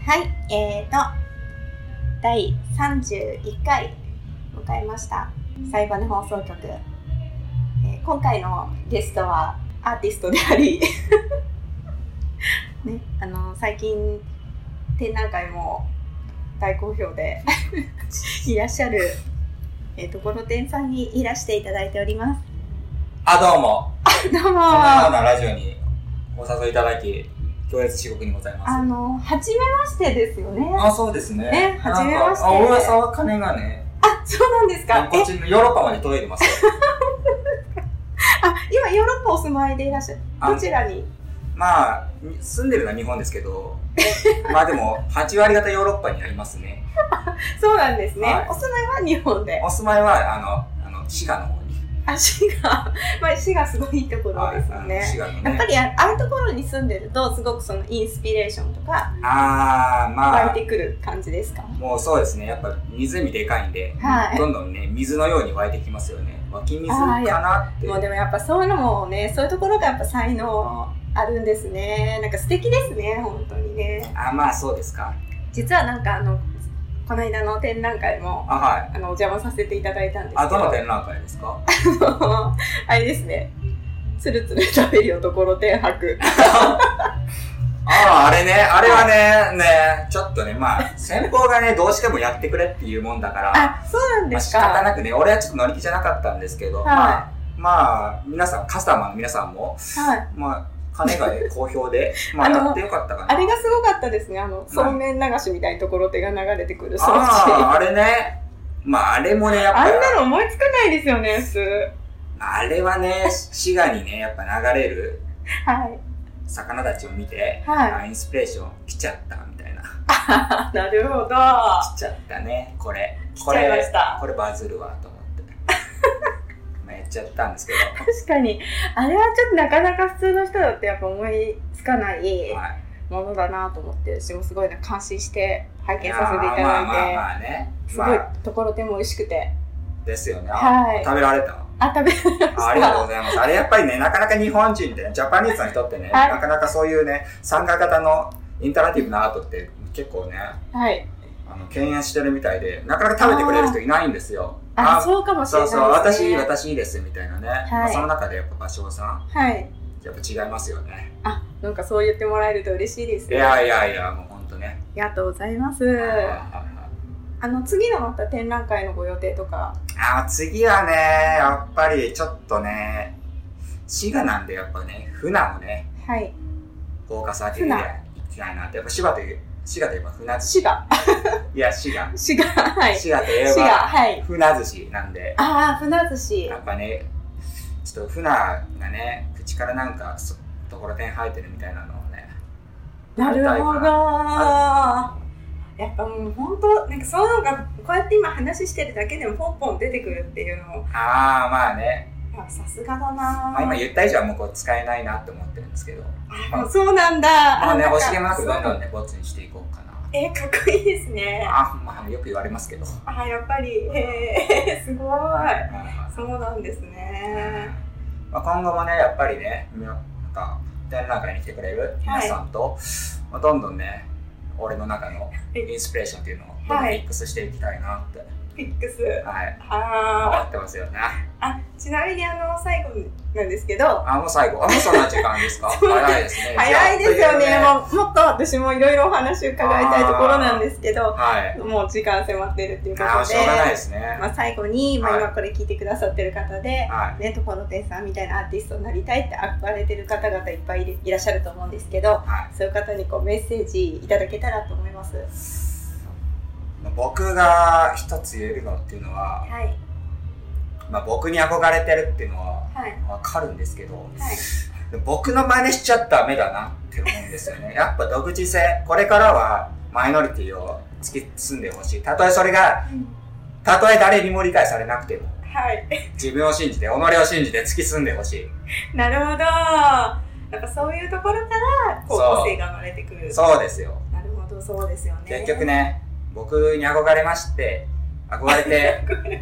はい、第31回迎えましたサイバネ放送局、今回のゲストはアーティストであり、ね、最近展覧会も大好評でいらっしゃるこの店さんにいらしていただいております。 どうも。 どうも。 このようなラジオにお誘いいただき、強烈至極にございます。 初めましてですよね。 そうですね。 ね、初めまして。 お噂は金がね。 そうなんですか。 こっちのヨーロッパまで届いてますよ。 今ヨーロッパお住まいでいらっしゃる。どちらに？ 住んでるのは日本ですけど、でも8割方ヨーロッパにありますね。 そうなんですね。 はい、 お住まいは日本で。 お住まいは滋賀の方に。 滋賀、滋賀すごいいいところですよね。 滋賀のね。 やっぱりああいうところに住んでるとすごくそのインスピレーションとか湧いてくる感じですか？もうそうですね。やっぱ湖でかいんで、どんどんね水のように湧いてきますよね。湧き水かなって。 もうでもやっぱそういうのもね、そういうところがやっぱ才能あるんですね。なんか素敵ですね、本当にね。 そうですか。 実はなんかこの間の展覧会もお邪魔させていただいたんですけど。 どの展覧会ですか？ あれですね。つるつる食べるよところ天白。 あれね、あれはね、ちょっとね、先方がね、どうしてもやってくれっていうもんだから、 そうなんですか。 仕方なくね、俺はちょっと乗り気じゃなかったんですけど、皆さん、カスタマーの皆さんも、金が好評で、やってよかったかな。 あれがすごかったですね。そうめん流しみたいなところ手が流れてくる装置。 あれね。あれもね、やっぱり。 あんなの思いつかないですよね、普通。 あれはね、滋賀にね、やっぱ流れる。魚たちを見て、インスピレーション来ちゃったみたいな。 なるほど。 来ちゃったね、これ。 来ちゃいました。 これバズるわ、と思って。やっちゃったんですけど。 確かに。あれはちょっとなかなか普通の人だってやっぱ思いつかないものだなと思って、私もすごい感心して拝見させていただいて。すごいところても美味しくて。 ですよね。食べられた？ 食べられました。 ありがとうございます。あれやっぱりね、なかなか日本人ってジャパニーズの人ってね、なかなかそういうね、参加型のインタラクティブなアートって結構ね、敬遠してるみたいで、なかなか食べてくれる人いないんですよ。 そうかもしれないですね。 私いいですみたいなね。その中でやっぱ芭蕉さん、やっぱ違いますよね。 なんかそう言ってもらえると嬉しいですね。 いや、もうほんとね。 ありがとうございます。次のまた展覧会のご予定とか。 次はね、やっぱりちょっとね、滋賀なんでやっぱね、船をね、フォーカス当てていきたいなって。やっぱ滋賀といえば船寿司。いや、滋賀といえば船寿司なんで。 船寿司。 やっぱね、ちょっと船がね、口からなんかところてん入ってるみたいなのをね。 なるほど。やっぱもう本当なんかそういうのがこうやって今話してるだけでもポンポン出てくるっていうのもね。 さすがだな。 今言った以上はもう使えないなって思ってるんですけど。 そうなんだ。 惜しげもなくどんどんねボツにしていこうかな。 かっこいいですね。 よく言われますけど。 やっぱりすごい。そうなんですね。 今後もねやっぱりねなんか展覧会に来てくれる皆さんとどんどんね。俺の中のインスピレーションっていうのをミックスしていきたいなって。 ミックス。 思ってますよね。 ちなみに最後なんですけど。 もう最後。もうそんな時間ですか？早いですね。 早いですよね。もっと私もいろいろお話を伺いたいところなんですけど、もう時間迫ってるっていうことで。 しょうがないですね。 最後に、今これ聞いてくださってる方で、この店さんみたいなアーティストになりたいって憧れてる方々いっぱいいらっしゃると思うんですけど、そういう方にメッセージいただけたらと思います。 僕が一つ言えるのっていうのは、僕に憧れてるっていうのは分かるんですけど、僕の真似しちゃダメだなって思うんですよね。やっぱ独自性、これからはマイノリティを突き進んでほしい。たとえそれが、たとえ誰にも理解されなくても、自分を信じて、己を信じて突き進んでほしい。 なるほど。やっぱそういうところから個性が生まれてくる。 そうですよ。 なるほど、そうですよね。 結局ね、僕に憧れまして憧れて、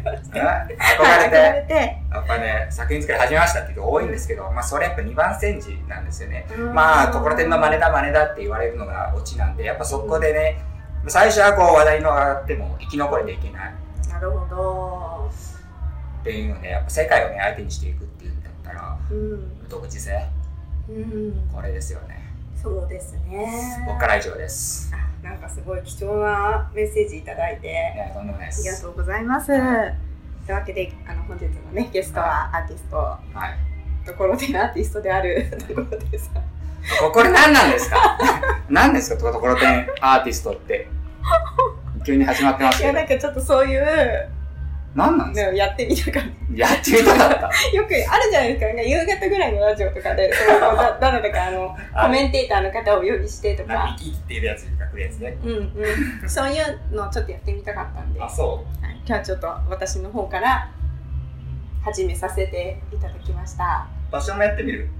やっぱね、作品作り始めましたっていう人多いんですけど、まあそれやっぱ2番煎じなんですよね。まあ、ところてんの真似だって言われるのがオチなんで、やっぱそこでね、最初はこう話題の上がっても生き残れていけない。 なるほど。 っていうので、やっぱ世界をね、相手にしていくっていうんだったら、独自性。これですよね。 そうですね。 僕からは以上です。 なんかすごい貴重なメッセージいただいて、 とんでもないです。 ありがとうございます。というわけで、本日のね、ゲストはアーティスト、ところてんアーティストであるところてんさん。 これ何なんですか？何ですか、ところてんアーティストって。急に始まってますけど。 いや、なんかちょっとそういう、 何なんですか？ やってみたかった。 やってみたかったよくあるじゃないですか。夕方ぐらいのラジオとかで、誰だかコメンテーターの方をお呼びしてとか。 生きっているやつに書くやつね。 そういうのをちょっとやってみたかったんで。 あ、そう。 今日はちょっと私の方から始めさせていただきました。 場所もやってみる？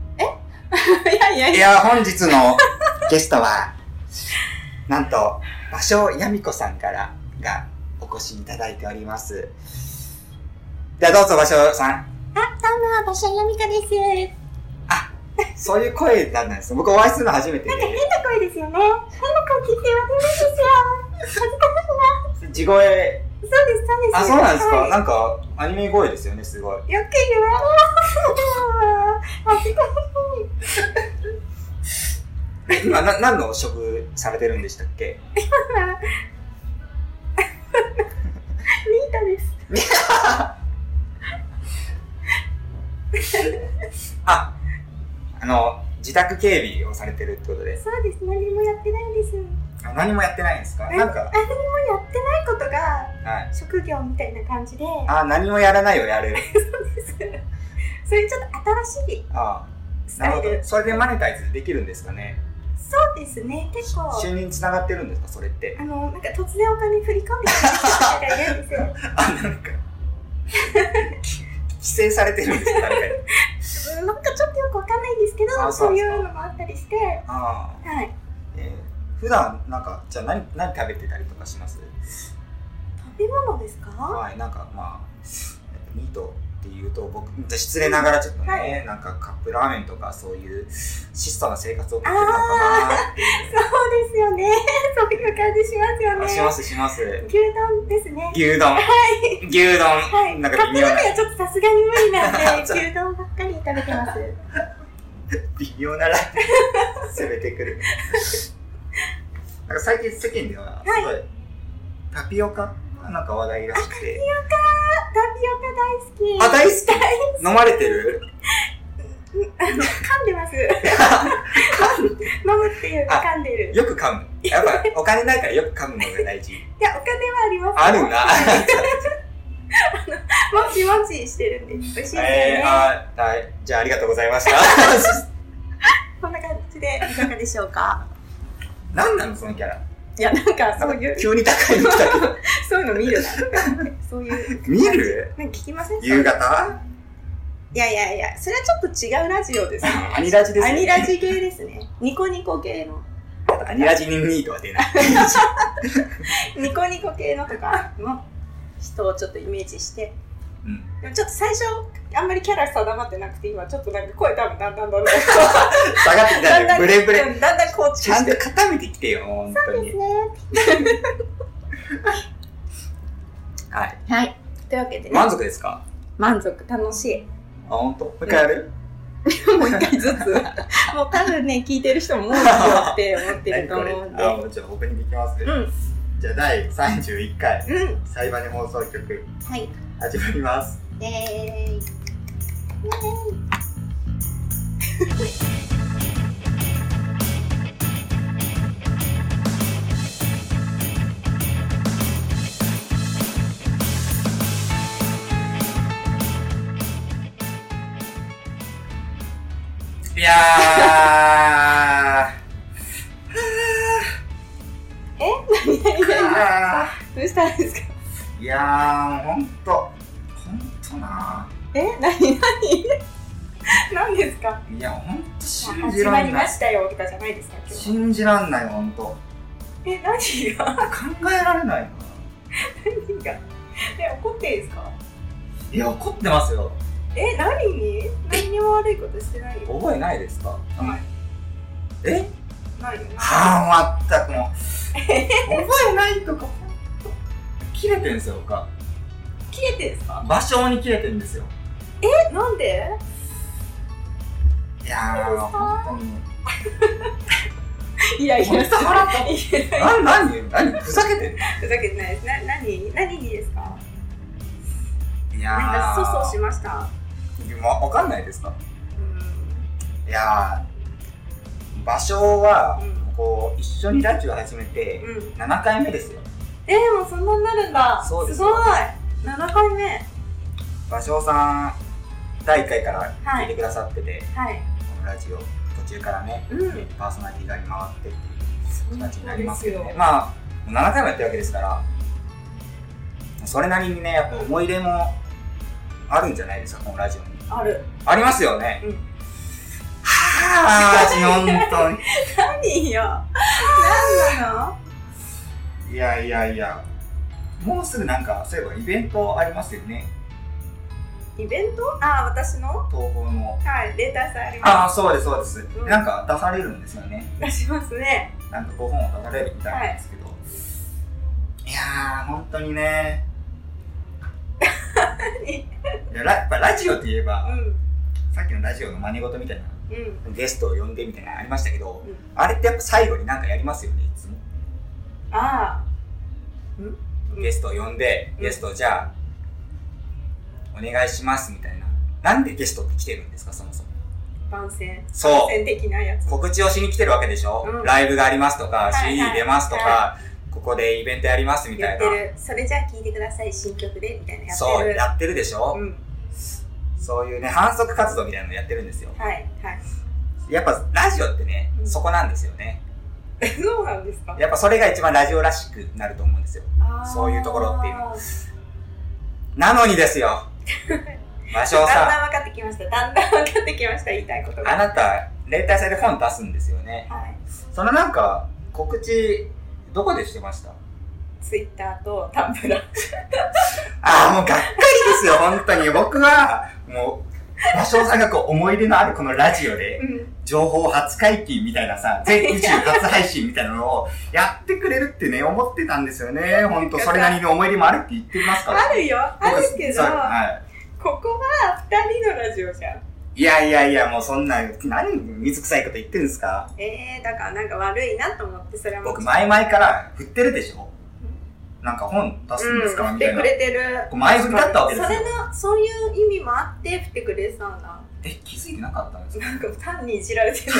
いや、 本日のゲストは、なんと、芭蕉やみ子さんからがお越しいただいております。ではどうぞ、芭蕉さん。 どうも、芭蕉やみ子です。 あ、そういう声なんです。僕お会いするの初めてで。 なんか変な声ですよね。変な声って言って言われるんですよ。恥ずかしいな。 地声。 そうです。 あ、そうなんですか。なんか、アニメ声ですよね、すごい。 よく言われる。恥ずかしい。今、何の職されてるんでしたっけ？ ニータです。 自宅警備をされてるってことで。 そうです。何もやってないんです。 何もやってないんですか？ 何もやってないことが職業みたいな感じで。 何もやらないをやる。 そうです。それちょっと新しいスタイル。なるほど。それでマネタイズできるんですかね？ そうですね。結構。 収入につながってるんですか、それって？ なんか突然お金振り込んでくる人がいるんですよ。 なんか規制されてるんですか、誰かに。 なんかちょっとよくわかんないんですけど、そういうのもあったりして。はい。 普段なんかじゃあ何食べてたりとかします？ 食べ物ですか？ はい、なんかまあミートっていうと僕失礼ながらちょっとね、なんかカップラーメンとかそういう質素な生活を送ってるのかなっていう。 そうですよね。そういう感じしますよね。 します。 牛丼ですね。 牛丼。牛丼。 はい。なんかカップラーメンはちょっとさすがに無理なんで牛丼ばっかり食べてます。 微妙なライン攻めてくる。なんか最近世間ではすごいタピオカなんか話題らしくて。タピオカ大好き。 大好き。飲まれてる？ 噛んでます。飲むっていうか噛んでる。 よく噛む。やっぱお金ないからよく噛むのが大事。 いや、お金はあります。 あるんだ。 もちもちしてるんです。美味しいですよね。 じゃあありがとうございました。 こんな感じでいかがでしょうか。 何なのそのキャラ。 いや、なんかそういう急に高いの来たけどそういうの見るなそういう見る？ なんか聞きません？ 夕方？ いやそれはちょっと違うラジオですね。 アニラジですね。 アニラジ系ですね。ニコニコ系のアニラジに2とは出ないニコニコ系のとかの人をちょっとイメージして、でもちょっと最初あんまりキャラ定まってなくて、今ちょっとなんか声多分だんだん下がってきたね。ブレブレ。 だんだん構築して。 ちゃんと固めてきてよ、本当に。 そうですね。はい。というわけでね。 満足ですか？ 満足、楽しい。 本当？もう一回やる？ もう一回ずつ。もう多分ね、聞いてる人も多いよって思ってると思うんで。 じゃあ僕にできます？じゃあ第31回、サイバネ放送局、始まります。 イェーイ。 いや何どうしたんですか？ いやー、ほんとな何ですか？ いや、ほんと信じらんない。 始まりましたよとかじゃないですか？ 信じらんない、ほんと。 何が？ 考えられないな。 何が怒っていいですか？ いや、怒ってますよ。 何にも悪いことしてないよ。 覚えないですか？はい。 ないよね。 まったくもう覚えないとか切れてるんですよ。僕は切れてるんですか？ 場所に切れてるんですよ。 なんで？ いやー、本当にいや何ふざけてる？ ふざけてないです。何にですか？ いやー、 なんか粗相しました？ わかんないですか？いやー、場所は、こう一緒にラジオ始めて7回目ですよ。 もうそんなになるんだ。すごい。7回目。 芭蕉さん第1回から聞いてくださってて、このラジオ途中からね、パーソナリティが回ってっていう形になりますけどね。まあ7回もやってるわけですから、それなりにね、やっぱ思い入れもあるんじゃないですか、このラジオに。ありますよね。本当に。 何よ。何なの？ いや、もうすぐなんかそういえばイベントありますよね。 イベント？私の？ 東宝の。 例大祭あります。 そうです。なんか出されるんですよね。 出しますね。 なんか5本を出されるみたいなんですけど。いやー、本当にね。やっぱラジオって言えば、さっきのラジオの真似事みたいな、ゲストを呼んでみたいなのありましたけど、あれってやっぱ最後になんかやりますよね、いつも。ゲストを呼んで、ゲストじゃあお願いしますみたいな。なんでゲストって来てるんですか、そもそも。 番宣的なやつ。告知をしに来てるわけでしょ、ライブがありますとか、CD 出ますとか、ここでイベントやりますみたいな。 それじゃあ聴いてください、新曲でみたいなやってる。 そうやってるでしょ、そういうね、反則活動みたいなのやってるんですよ。やっぱラジオってね、そこなんですよね。 そうなんですか？ やっぱそれが一番ラジオらしくなると思うんですよ。そういうところっていうのは。なのにですよ。芭蕉さん。 だんだん分かってきました、言いたいことが。 あなた、例大祭で本出すんですよね。そのなんか、告知、どこでしてました？ ツイッターとタンブラー。 もうがっかりですよ、本当に。僕は、もう、芭蕉さんがこう思い出のあるこのラジオで、情報初解禁みたいなさ、全宇宙初配信みたいなのをやってくれるってね、思ってたんですよね。本当それなりの思い出もあるって言ってますから。 あるよ、あるけど、ここは2人のラジオじゃん。 いや、もうそんな、何水臭いこと言ってるんですか？ だからなんか悪いなと思って、それは僕前々から振ってるでしょ？なんか本出すんですかみたいな。 振ってくれてる。 前振りだったわけですよ。 そういう意味もあって振ってくれてたんだ。 気づいてなかったんですか？ なんか単にいじられてる。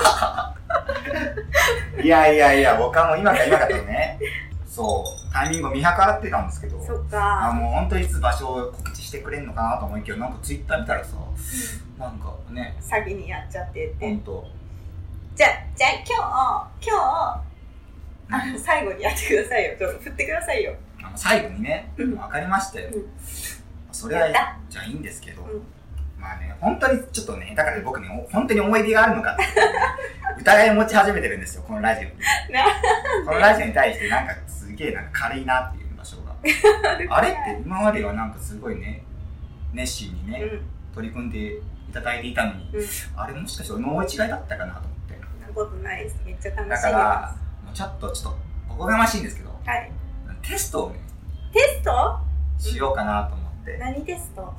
いや、僕はもう今かね。そう、タイミングを見計らってたんですけど。 そっか。 もう本当にいつ場所を告知してくれんのかなと思いけど、なんかツイッター見たらさ、なんかね。 詐欺にやっちゃってって。 本当。 じゃあ今日、最後にやってくださいよ。ちょっと振ってくださいよ。 最後にね、わかりましたよ。それはじゃあいいんですけど、まあね、本当にちょっとね、だから僕ね、本当に思い出があるのかって疑いを持ち始めてるんですよ、このラジオに。このラジオに対してなんかすげえなんか軽いなっていう場所が。あれって今まではなんかすごいね、熱心にね、取り組んでいただいていたのに、あれもしかして思い違いだったかなと思って。 そんなことないです。めっちゃ楽しいです。 だから、ちょっとおこがましいんですけど、テストをね、しようかなと思って。 何テスト？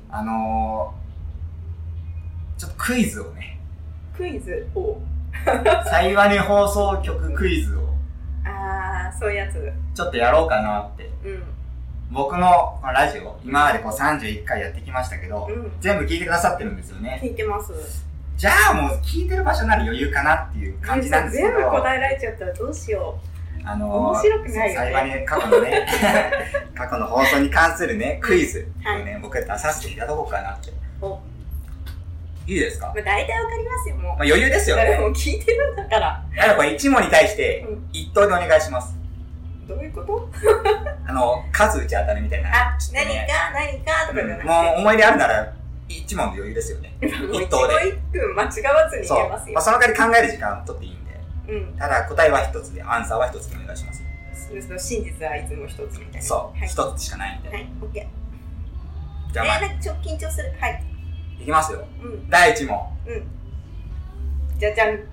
ちょっとクイズをね。 クイズをサイワネ放送局クイズを。 そういうやつ。 ちょっとやろうかなって。僕のラジオ、今までこう31回やってきましたけど、全部聞いてくださってるんですよね。 聞いてます。 じゃあもう聞いてる場所なら余裕かなっていう感じなんですけど。 全部答えられちゃったらどうしよう。面白くないよね。 サイワネ過去のね、過去の放送に関するね、クイズをね、僕は出させていただこうかなって。いいですか？ 大体わかりますよ、もう。 余裕ですよね。 もう聞いてるんだから。 だからこれ1問に対して1答でお願いします。 どういうこと？ 数打ち当たるみたいな。 何かとかじゃなくて。 もう思い出あるなら1問で余裕ですよね。 1答で。1分間違わずにいけますよ。 その代わり考える時間取っていいんで。ただ答えは1つで、アンサーは1つでお願いします。 真実はいつも一つみたいな。 そう、はい、一つしかないみたいな。はい、 オッケー。 じゃあ、 なんかちょっと緊張する。はい。 いきますよ。第1問。 じゃじゃん。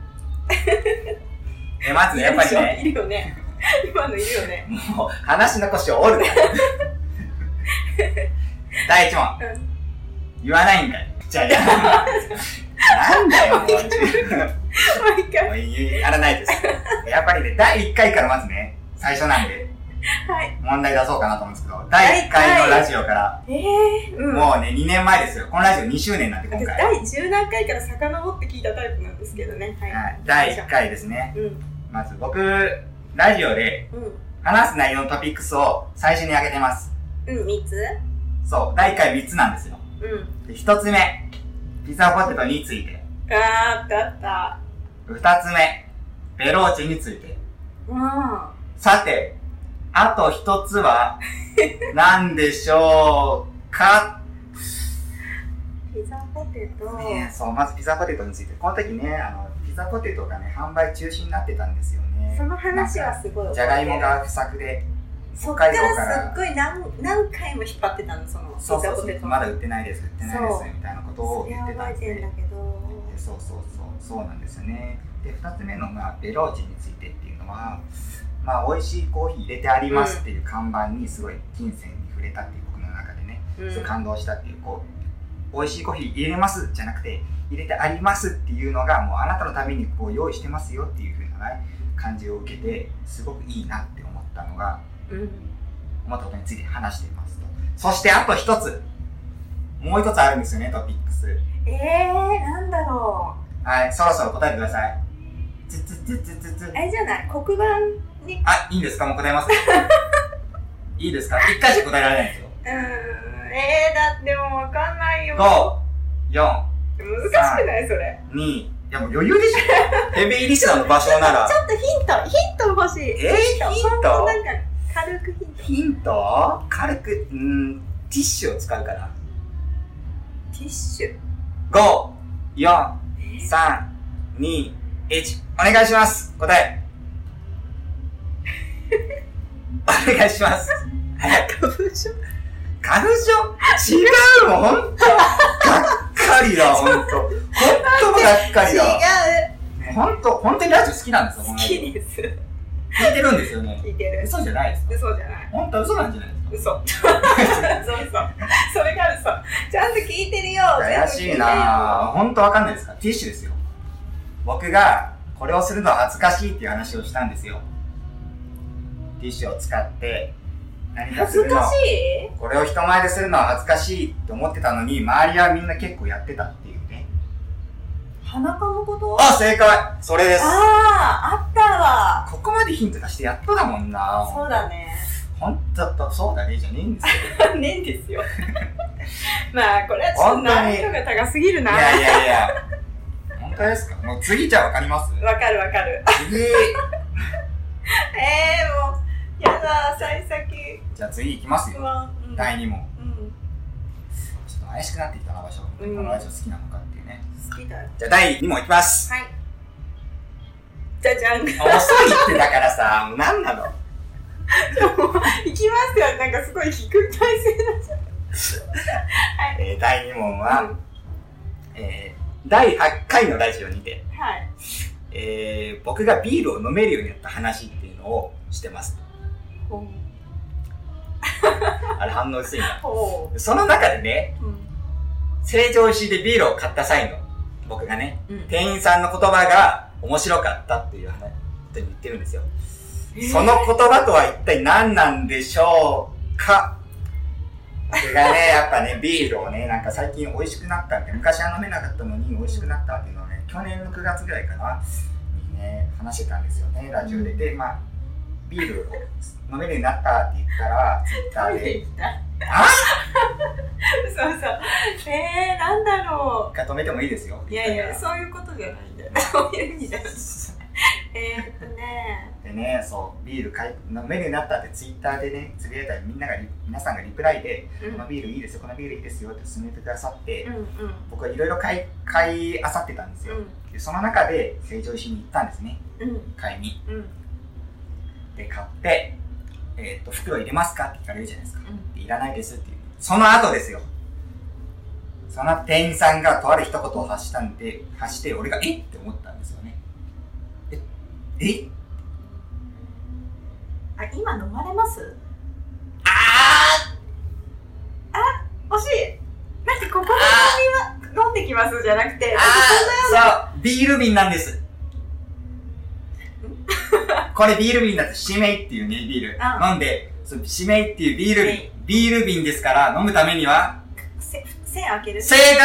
まずやっぱりね。 いるよね。今のいるよね。 もう話の腰を折るから。第1問。言わないんだよ。じゃあ、なんだよ、もう。やらないです。やっぱりね、第1回からまずね、最初なんで、問題出そうかなと思うんですけど、第1回のラジオから、もうね、2年前ですよ。このラジオ2周年なんで、今回。 第10何回から遡って聞いたタイプなんですけどね。はい。 第1回ですね。まず僕、ラジオで、話す内容のトピックスを最初に上げてます。 3つ？ そう、第1回3つなんですよ。で、1つ目、ピザポテトについて。 あった。 2つ目、ベローチェについて。さて、あと1つは、何でしょうか？ ピザポテト。 そう、まずピザポテトについて。この時ね、ピザポテトがね、販売中止になってたんですよね。 その話はすごい。 じゃがいもが不作で。 そっからすっごい何回も引っ張ってたの、そのピザポテト。 まだ売ってないです、みたいなことを言ってたんですね。そうなんですよね。で、2つ目の、ベローチェについてっていうのは、美味しいコーヒー入れてありますっていう看板にすごい金銭に触れたっていう僕の中でね、感動したっていう、美味しいコーヒー入れますじゃなくて、入れてありますっていうのが、もうあなたのために用意してますよっていう風な感じを受けて、すごくいいなって思ったのが、思ったことについて話していますと。そしてあと一つ、もう一つあるんですよね、トピックス。 なんだろう。はい、そろそろ答えてください。 じゃない、黒板に。 いいんですか？もう答えます。いいですか？1回しか答えられないんですよ。 だってもうわかんないよ。 5、4、 難しくないそれ。 2、いやもう余裕でしょ。ヘビーリスナーの場所なら。 ちょっとヒント欲しい。 ヒントなんか軽くヒント軽く、ティッシュを使うから。 ティッシュ。 5、4、3、2、1、お願いします。答え。お願いします。 花粉症？ 花粉症？違うもん、ほんと。がっかりだ、ほんと。ほんとがっかりだ。 違う。 ほんとにラジオ好きなんですよ、 好きです。 聞いてるんですよね。 聞いてる。 嘘じゃないですか？ 嘘じゃない。 ほんと嘘なんじゃないですか？ 嘘。それが嘘。ちゃんと聞いてるよ。 怪しいなぁ。ほんとわかんないですか？ティッシュですよ。僕がこれをするのは恥ずかしいっていう話をしたんですよ。ティッシュを使って何かするの。 恥ずかしい？ これを人前でするのは恥ずかしいって思ってたのに、周りはみんな結構やってたっていうね。 鼻かむこと？ 正解！それです。 あったわ。 ここまでヒント出してやっとだもんな。 そうだね。 ほんと、そうだねじゃねえんですよ。 ねえんですよ。これはちょっと難易度が高すぎるな。 いや。本当ですか？もう次じゃあわかります？ わかる。次。もう、やだ、幸先。 じゃあ次いきますよ。第2問。ちょっと怪しくなってきたな、場所。このラジオ好きなのかっていうね。 好きだよ。 じゃあ第2問いきます。 はい。じゃじゃん。遅いってだからさ、もう何なの？ いきますよ。なんかすごい低い体勢になっちゃう。はい。 第2問は、第8回のラジオにて、僕がビールを飲めるようになった話っていうのをしてます。あれ反応薄いな。その中でね、成城石井でビールを買った際の僕がね、店員さんの言葉が面白かったっていう話言ってるんですよ。その言葉とは一体何なんでしょうか？僕がね、やっぱね、ビールをね、なんか最近美味しくなったって、昔は飲めなかったのに美味しくなったっていうのをね、去年の9月ぐらいかな、にね、話してたんですよね、ラジオで。で、ビールを飲めるようになったって言ったら、ツイッターで。 そう。なんだろう。 一回止めてもいいですよ。 いや、そういうことじゃないんだよ。そういう意味だよ。 でね、ビール飲めるようになったってツイッターでね、つぶやいたら皆さんがリプライで、このビールいいですよ、このビールいいですよって勧めてくださって、僕はいろいろ買いあさってたんですよ。でその中で成城石井に行ったんですね、買いに。で、買って、 袋入れますかって聞かれるじゃないですか。いらないですっていう。その後ですよ。その店員さんがとある一言を発して、俺がって思ったんですよね。 今飲まれます？惜しい。なんかここの飲んできますじゃなくて、 そう、ビール瓶なんです。これビール瓶だって、シメイっていうね、ビール。飲んで、シメイっていうビール瓶ですから、飲むためには、 栓開ける。 正解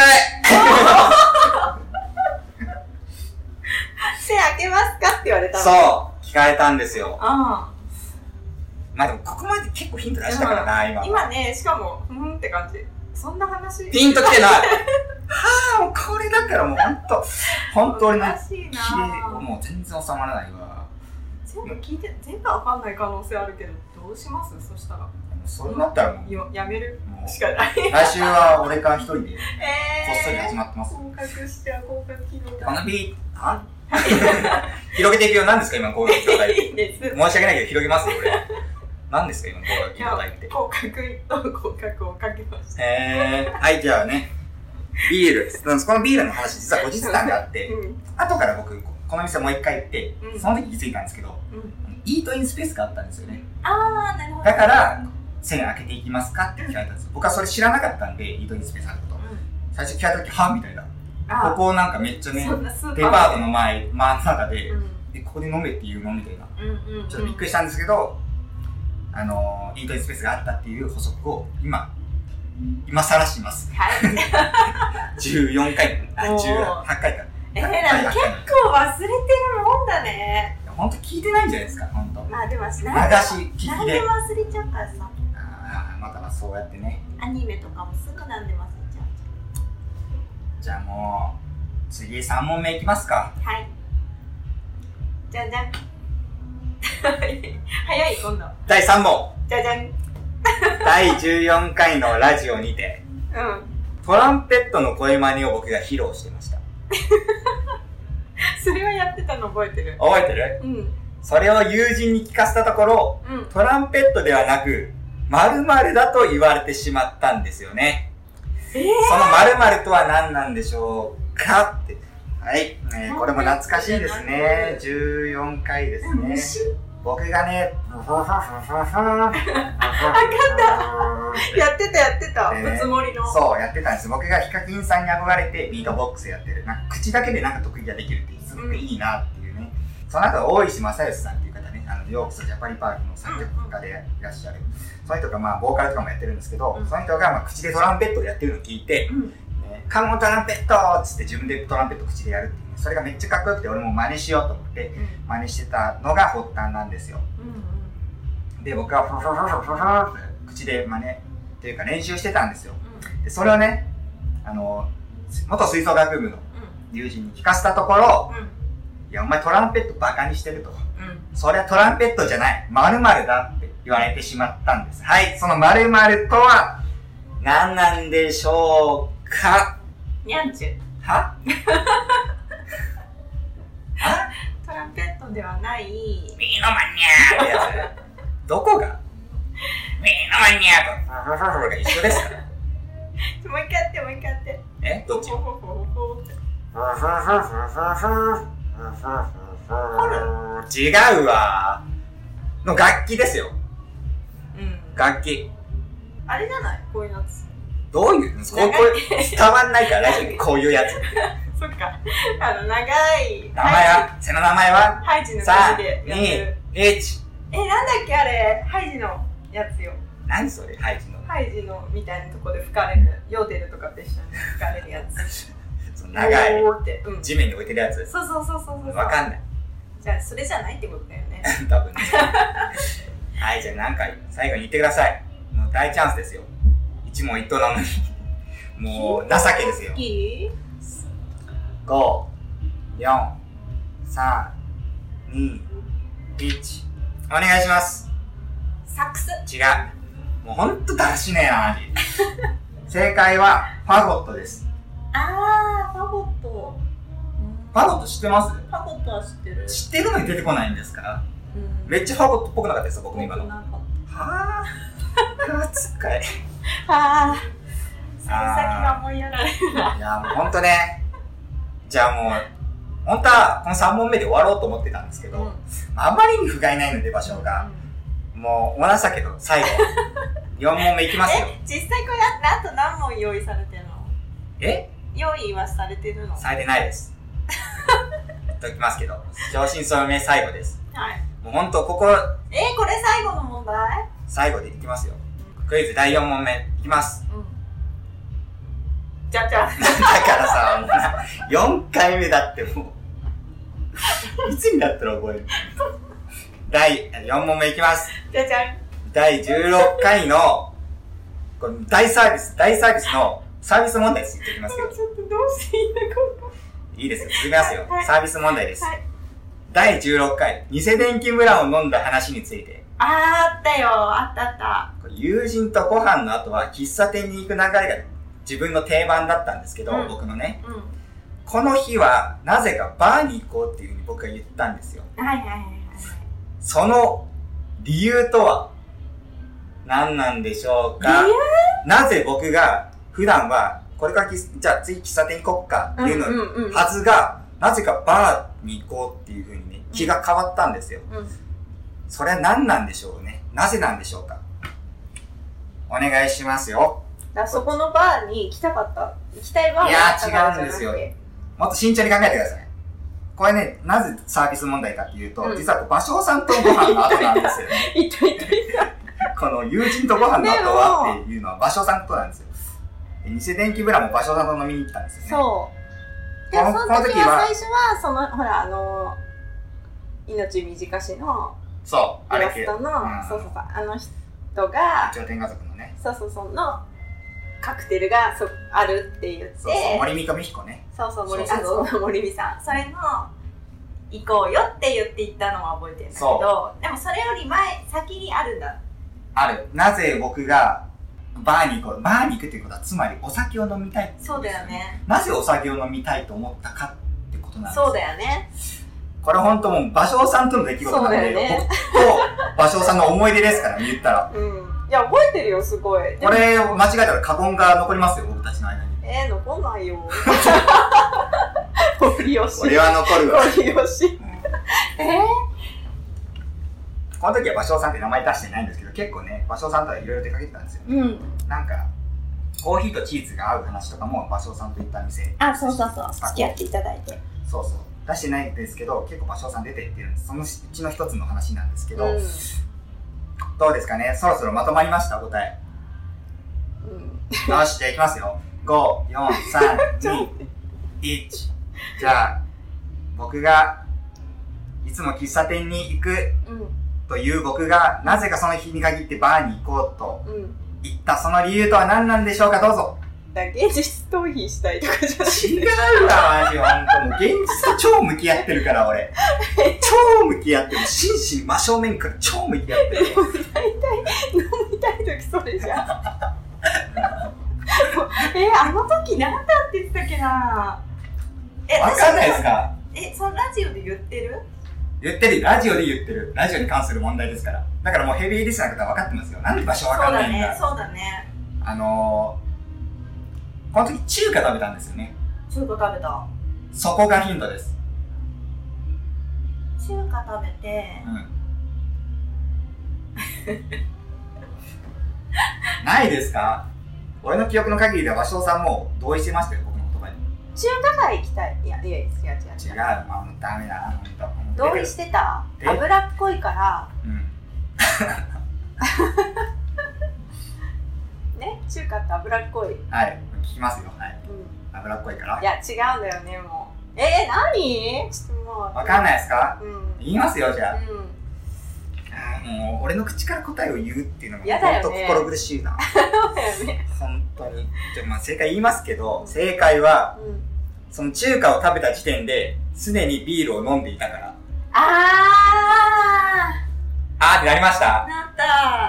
栓開けますかって言われたの。 そう、聞かれたんですよ。まあでも、ここまで結構ヒント出したからな、今。 今ね、しかも、って感じ。そんな話。 ピンときてない。もうこれだからもう本当にね、もう全然収まらないわ。 全部わかんない可能性あるけど、どうします？そしたら。 そうなったらもうやめるしかない。 来週は俺から一人でこっそり始まってます。 合格しちゃう、合格機能だ。 この広げていくよ。何ですか今合格機能体って。 いいです。 申し訳ないけど広げますよ俺。何ですか今合格機能体って。 合格と合格をかけました。 はい、じゃあね。ビールです。このビールの話実は後日談があって、後から僕この店もう一回行って、その時気づいたんですけど、イートインスペースがあったんですよね。 なるほど。 だから栓開けていきますかって聞かれたんです。僕はそれ知らなかったんで、イートインスペースあること。最初聞かれた時、みたいな。ここなんかめっちゃね、デパートの真ん中で、ここで飲めって言うのみたいな。ちょっとびっくりしたんですけど、イートインスペースがあったっていう補足を今更します。14回、18回か。 結構忘れてるもんだね。 ほんと聞いてないんじゃないですか、ほんと。 まあでも、流し聞きで。 なんで忘れちゃうからさ。 またそうやってね。 アニメとかもすぐなんで忘れちゃう。 じゃあもう、次3問目いきますか。 はい。じゃじゃん。早い、今度。 第3問。 じゃじゃん。 第14回のラジオにて、トランペットの声真似を僕が披露してました。 それはやってたの覚えてる？ 覚えてる？それを友人に聞かせたところ、トランペットではなく、〇〇だと言われてしまったんですよね。その〇〇とは何なんでしょうかって。はい、これも懐かしいですね。14回ですね。僕がね、 やってた、ぶつもりの。 そう、やってたんです。僕がヒカキンさんに憧れてビートボックスやってる。口だけでなんか得意ができるってすごくいいなっていうね。その後、大石正義さんっていう方ね、ヨークスジャパニパークの作曲家でいらっしゃる。その人がボーカルとかもやってるんですけど、その人が口でトランペットをやってるのを聞いて、カモントランペットっつって自分でトランペット口でやるっていうね、それがめっちゃかっこよくて俺も真似しようと思って真似してたのが発端なんですよ。で、僕はフフフフフフって口で真似っていうか練習してたんですよ。で、それをね、元吹奏楽部の友人に聞かせたところ、いや、お前トランペットバカにしてると。そりゃトランペットじゃない、〇〇だって言われてしまったんです。はい、その〇〇とは何なんでしょうか？ にゃんちゅう。 は？ トランペットではない。 ミーノマニャーってやつ。どこが？ミーノマニャーとフフフフが一緒ですから。 もう一回やって。 どっち？違うわ。の楽器ですよ。楽器。 あれじゃない？こういうやつ。 どういうの？伝わんないからラジオにこういうやつ。 そっか。長い。 名前は？背の名前は？ ハイジの歌詞でやってる。 3、2、1。 なんだっけあれ？ハイジのやつよ。 何それ？ハイジの。 ハイジのみたいなとこで吹かれる。ヨーデルとかと一緒に吹かれるやつ。 長い。地面に置いてるやつ。 そう。 わかんない。 じゃあそれじゃないってことだよね。 多分ね。はい、じゃあ何回最後に言ってください。もう大チャンスですよ。一問一答なのに。もう情けですよ。 いい？ 5、4、3、2、1。お願いします。 サックス。 違う。もうほんとだらしねえな、マジ。正解はファゴットです。 ファゴット。 ファゴット知ってます？ ファゴットは知ってる。 知ってるのに出てこないんですか？めっちゃファゴットっぽくなかったですよ、僕の今の。 はぁ使い。 ああ。先が思いやられるな。 いや、もうほんとね。じゃあもう、本当はこの3問目で終わろうと思ってたんですけど、あまりに不甲斐ないので場所が、もう終わらせたけど、最後、4問目いきますよ。 実際これあと何問用意されてるの？用意はされてるの？ されてないです。言っときますけど、正真正銘最後です。 はい。 もうほんとここ、 これ最後の問題？ 最後でいきますよ。クイズ第4問目いきます。 じゃじゃ。 だからさ、もうな、4回目だってもう、いつになったら覚える？第4問目いきます。 じゃじゃん。 第16回の、これ大サービスのサービス問題です。言っておきますけど。 ちょっとどうしていいんだ、ここ。 いいですよ。続けますよ。 はい、 サービス問題です。 はい、 第16回、偽電気ムラを飲んだ話について。 あったよ。あったあった。 友人とご飯の後は喫茶店に行く流れが自分の定番だったんですけど、僕のね。この日は、なぜかバーに行こうっていうふうに僕が言ったんですよ。 はいはいはい。 その理由とは何なんでしょうか？なぜ僕が普段はこれからじゃあ次喫茶店行こっかっていうのはずが、なぜかバーに行こうっていう風にね、気が変わったんですよ。それは何なんでしょうね。なぜなんでしょうか？お願いしますよ。 そこのバーに行きたいバーがあったからじゃなくて。いや、違うんですよ。 もっと慎重に考えてください。これね、なぜサービス問題かっていうと、実は芭蕉さんとご飯の後なんですよね。 いたいたいた。 この友人とご飯の後はっていうのは芭蕉さんとなんですよ。偽電気ブラも芭蕉さんと飲みに行ったんですよね。 そう。で、その時は最初は、ほら、命短しの、 そう、 イラストの、そうそうそう、あの人が、 一応天家族のね。 そうそうそう、のカクテルがあるって言って、 そうそう、森美美彦ね。 そうそう、森美さん。それの、行こうよって言って行ったのは覚えてるんだけど、でもそれより先にあるんだ。 ある。なぜ僕が、バーに行こう。バーに行くっていうことは、つまりお酒を飲みたいってことです。 そうだよね。 なぜお酒を飲みたいと思ったかってことなんですよ。 そうだよね。 これ本当もう、芭蕉さんとの出来事なんで、ね、僕と芭蕉さんの思い出ですから、言ったら。 いや、覚えてるよ、すごい。 これを間違えたら過言が残りますよ、僕たちの間に。 残んないよ。ゴリ押し。 俺は残るわ。 ゴリ押し。 この時は芭蕉さんって名前出してないんですけど、結構ね、芭蕉さんとはいろいろ出かけてたんですよ。なんか、コーヒーとチーズが合う話とかも芭蕉さんといった店。 あ、そうそうそう。付き合っていただいて。 そうそう。出してないんですけど、結構芭蕉さん出ていってるんです。そのうちの一つの話なんですけど、どうですかね？そろそろまとまりました？答え。よし、じゃあ行きますよ。5、4、3、2、1。じゃあ、僕が、いつも喫茶店に行くという僕が、なぜかその日に限ってバーに行こうと言ったその理由とは何なんでしょうか？どうぞ。 現実逃避したいとかじゃない？ 違うわ、マジ、ほんと。もう現実と超向き合ってるから、俺。超向き合ってる。真摯に真正面から超向き合ってる。 でも大体飲みたい時それじゃん。あの時何だって言ってたっけな。 わかんないですか？ そのラジオで言ってる？ 言ってる。ラジオで言ってる。ラジオに関する問題ですから。だからもうヘビーリスナーの方は分かってますよ。なんで場所分かんないんだ。 そうだね。 この時中華食べたんですよね。 中華食べた。 そこがヒントです。 中華食べて。 ないですか？俺の記憶の限りでは芭蕉さんも同意してましたよ、僕の言葉に。 中華街行きたい。いや、違う。 違う、ダメだな、ほんと。同意してた。脂っこいから。ね、中華って脂っこい。 はい、聞きますよ。はい。脂っこいから。 いや、違うんだよね、もう。何？ちょっともう。 わかんないですか？言いますよ、じゃあ。もう俺の口から答えを言うっていうのが本当心苦しいな。 そうだよね。 本当に。じゃあ正解言いますけど、正解は、その中華を食べた時点で、すでにビールを飲んでいたから。あーってなりました？ なった。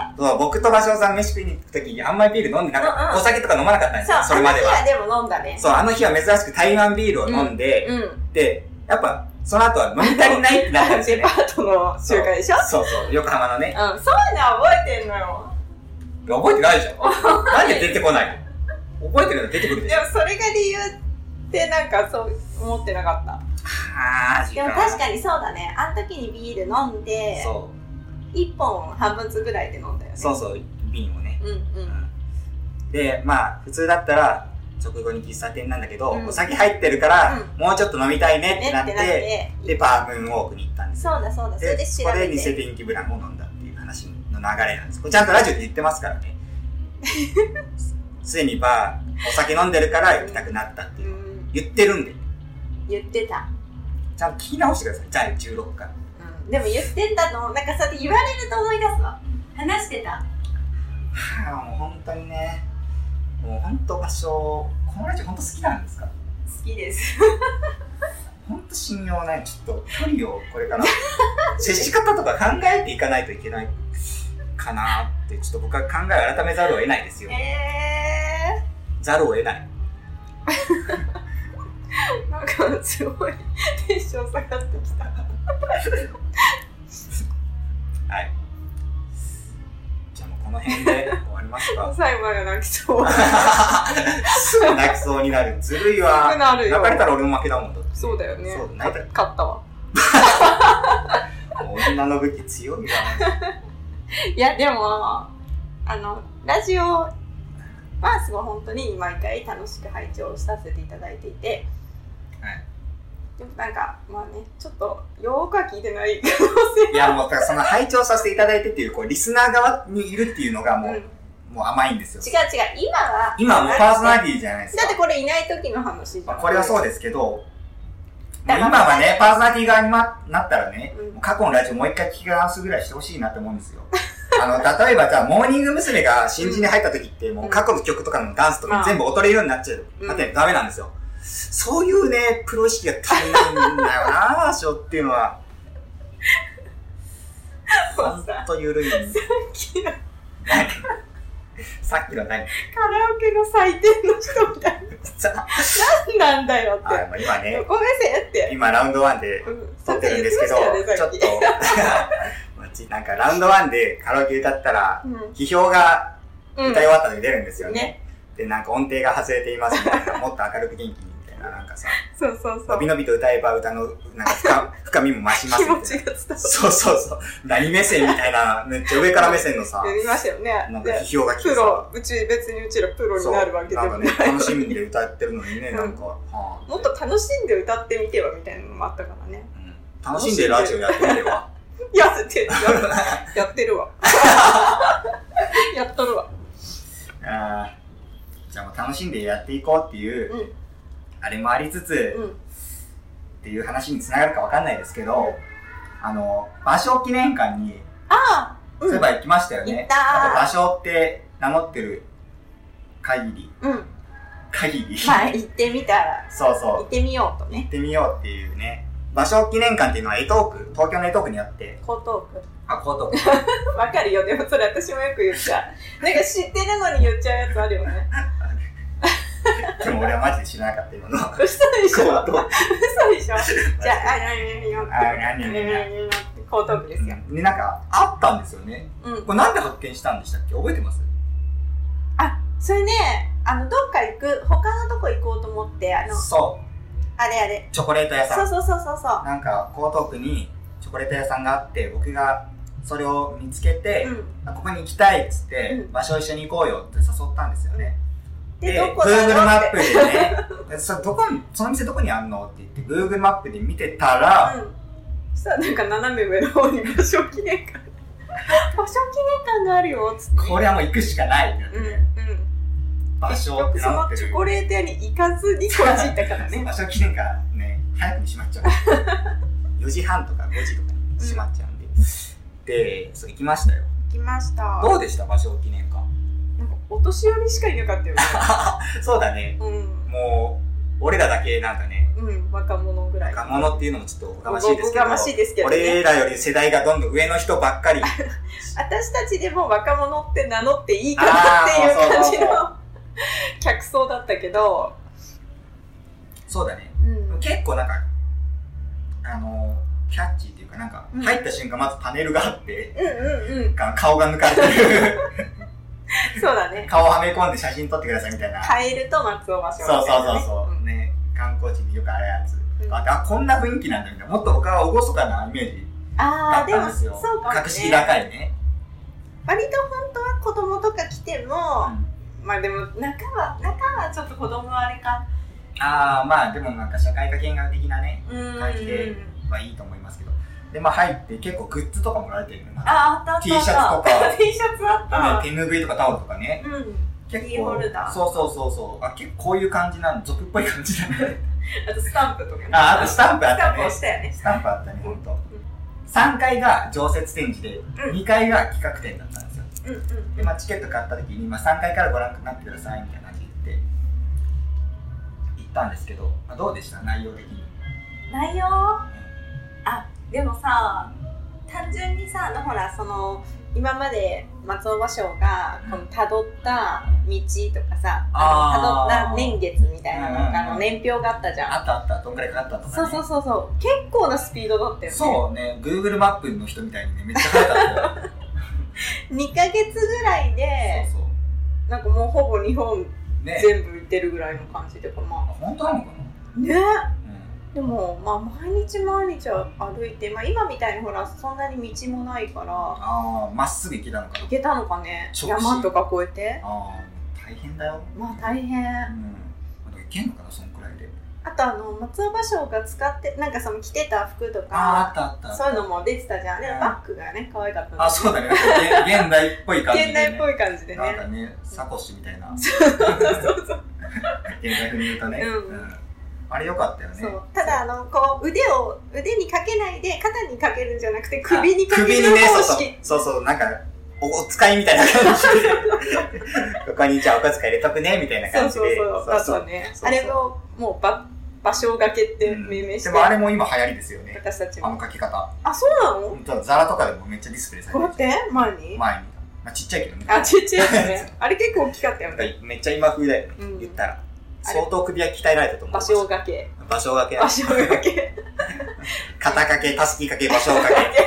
そう、僕と芭蕉さん飯食いに行くとき、あんまりビール飲んでなかった。お酒とか飲まなかったんですよ、それまでは。 あの日はでも飲んだね。 そう、あの日は珍しく台湾ビールを飲んで、で、やっぱ、 その後は飲み足りないってなったんですよね。 デパートの集会でしょ。 そう横浜のね。 そういうのは覚えてんのよ。 覚えてないじゃん。なんで出てこないの？覚えてるの出てくるでしょ。 でもそれが理由ってなんかそう思ってなかった。でも確かにそうだね。あの時にビール飲んで、1本半分ずつぐらいで飲んだよね。 そう瓶をね。で普通だったら直後に喫茶店なんだけど、お酒入ってるから、もうちょっと飲みたいねってなって、でパームーンウォークに行ったんですよ。 そうだそれで調べて、 これで偽ペンキブランを飲んだっていう話の流れなんです。これちゃんとラジオで言ってますからね。すでにお酒飲んでるから行きたくなったっていう、言ってるんで。 言ってた。 ちゃんと聞き直してください。じゃあ16回。 でも言ってたの、なんかそうやって言われると思い出すわ。話してた。 もう本当にね、もう本当場所、このラジオ本当好きなんですか？ 好きです。 本当信用ない。ちょっと距離をこれから接し方とか考えていかないといけないかなって、ちょっと僕は考えを改めざるを得ないですよ。ざるを得ない。 なんかすごいテンション下がってきた。 はい。じゃあもうこの辺で終わりますか。 最後まで泣きそう。 すぐ泣きそうになる。ずるいわ。 すぐなるよ。 泣かれたら俺も負けだもんだって。 そうだよね。 そう勝ったわ。 女の武器強いな。 いやでもラジオはすごい本当に毎回楽しく拝聴させていただいていて、でもなんかちょっとよくは聞いてない可能性。 いやもうその拝聴させていただいてっていうリスナー側にいるっていうのがもう甘いんですよ。 違う今はもうパーソナリティじゃないですか。 だってこれいない時の話じゃん。これはそうですけど、今はねパーソナリティ側になったらね、過去のラジオもう一回聞き直すぐらいしてほしいなって思うんですよ。例えばじゃあモーニング娘。が新人に入った時ってもう過去の曲とかのダンスとか全部踊れるようになっちゃう。だってダメなんですよ。そういうね、プロ意識が足りないんだよな、ショっていうのは。ほんと緩いんです。さっきの何？ カラオケの採点の人みたいな。何なんだよって。 今ね、 ごめんなさいって。 今ラウンド1で撮ってるんですけど、ちょっと、なんかラウンド1でカラオケ歌ったら、批評が歌い終わった時に出るんですよね。で、なんか音程が外れていますみたいな、もっと明るく元気にみたいな、なんかさ、のびのびと歌えば歌のなんか深みも増しますみたいな。 気持ちが伝わる。 そう。何目線みたいな、めっちゃ上から目線のさ、 やりましたよね。 なんか批評が来てさ、 別にうちらプロになるわけでもない。 なんかね、楽しみで歌ってるのにね、なんか、もっと楽しんで歌ってみてはみたいなのもあったからね。 楽しんでラジオやってみては。 やってるわ。やっとるわ。 じゃあもう楽しんでやっていこうっていう、あれもありつつ、っていう話につながるかわかんないですけど、芭蕉記念館に、そういえば行きましたよね。芭蕉って名乗ってる限り。 まあ行ってみたら。 そう。 行ってみようとね。 行ってみようっていうね。芭蕉記念館っていうのは東京の江東区にあって。 江東区。 江東区。 わかるよ。でもそれ私もよく言っちゃう。なんか知ってるのに言っちゃうやつあるよね。 でも俺はマジで知らなかった今の。 嘘でしょ。嘘でしょ。じゃあ、江東区ですよ。 で、なんかあったんですよね。これなんで発見したんでしたっけ？覚えてます？ それね、どっか他のとこ行こうと思って、 そう。 あれ。 チョコレート屋さん。 そう。 なんか、江東区にチョコレート屋さんがあって、僕がそれを見つけて、ここに行きたいっつって、場所一緒に行こうよって誘ったんですよね。で、Google マップでね、その店どこにあんのって言って、Google マップで見てたら、 そしたらなんか斜め上の方に芭蕉記念館があるよっつって。 これはもう行くしかないってなってね。芭蕉って名乗ってる。 そのチョコレート屋に行かずにこっち行ったからね。 芭蕉記念館ね、早くに閉まっちゃう。4時半とか5時とかに閉まっちゃうんで。で、そう行きましたよ。 行きました。 どうでした芭蕉記念館？ なんかお年寄りしかいなかったよね。 そうだね。もう俺らだけなんかね。 若者ぐらい。 若者っていうのもちょっとおかましいですけど。 おかましいですけどね。 俺らより世代がどんどん上の人ばっかり。 私たちでも若者って名乗っていいかなっていう感じの客層だったけど。 そうだね。結構なんかキャッチっていうかなんか入った瞬間まずパネルがあって、顔が抜かれてるそうだね。 顔をはめ込んで写真撮ってくださいみたいな。 カエルと松尾芭蕉、 そうね、観光地によくあるやつ、こんな雰囲気なんだみたいな。もっと他は厳かなイメージだったんですよ。 そうかもね。 格式高いね。 割と本当は子供とか来ても、まあでも中はちょっと子供はあれか。 まあでもなんか社会科見学的なね感じではいいと思いますけど、で入って結構グッズとかもらえてるのよ。 あった T シャツとか T シャツあった、 手拭いとかタオルとかね、 結構ホルダー、 そう結構こういう感じなの、俗っぽい感じだねあとスタンプとかね、 あとスタンプあったね、 スタンプあったね、 ほんと3階が常設展示で、2階が企画展だったんですよ。でチケット買った時に、3階からご覧になってくださいみたいな感じで言ったんですけど、どうでした？内容的に。 内容？でもさ、単純にさ、ほら今まで松尾芭蕉がこの辿った道とかさ、辿った年月みたいなのが年表があったじゃん。 あった、どんぐらいかかったとかね。 そう結構なスピードだったよね。 そうね、Google マップの人みたいにね、めっちゃ速かったよ 2ヶ月ぐらいでなんかもうほぼ日本全部行ってるぐらいの感じで、 本当なのかなね。でも毎日歩いて、今みたいにほらそんなに道もないから、 まっすぐ行けたのかね。 山とか越えて。 大変だよ。 大変。 行けんのかな、そのくらいで。 あと松尾芭蕉が使ってなんか着てた服とか、 あった、 そういうのも出てたじゃん。バッグがね可愛かった。 そうだね。現代っぽい感じでね。 現代っぽい感じでね。 なんかね、サコッシュみたいな。 そう。 現代風に言うとね。あれ良かったよね。 ただこう腕にかけないで肩にかけるんじゃなくて首にかける方式。 そうなんかお使いみたいな感じでここにじゃあお小遣い入れとくねみたいな感じで。 そうね。あれをもう芭蕉掛けって命名して。 でもあれも今流行りですよね。 私たちも。 書き方。 そうなの？ ザラとかでもめっちゃディスプレイされてる。 こうやって前に。 ちっちゃいけどね。 ちっちゃいね。あれ結構大きかったよね。 めっちゃ今風だよね。言ったら。相当首は鍛えられたと思う。 芭蕉掛け。 肩掛け、たすき掛け、芭蕉掛け。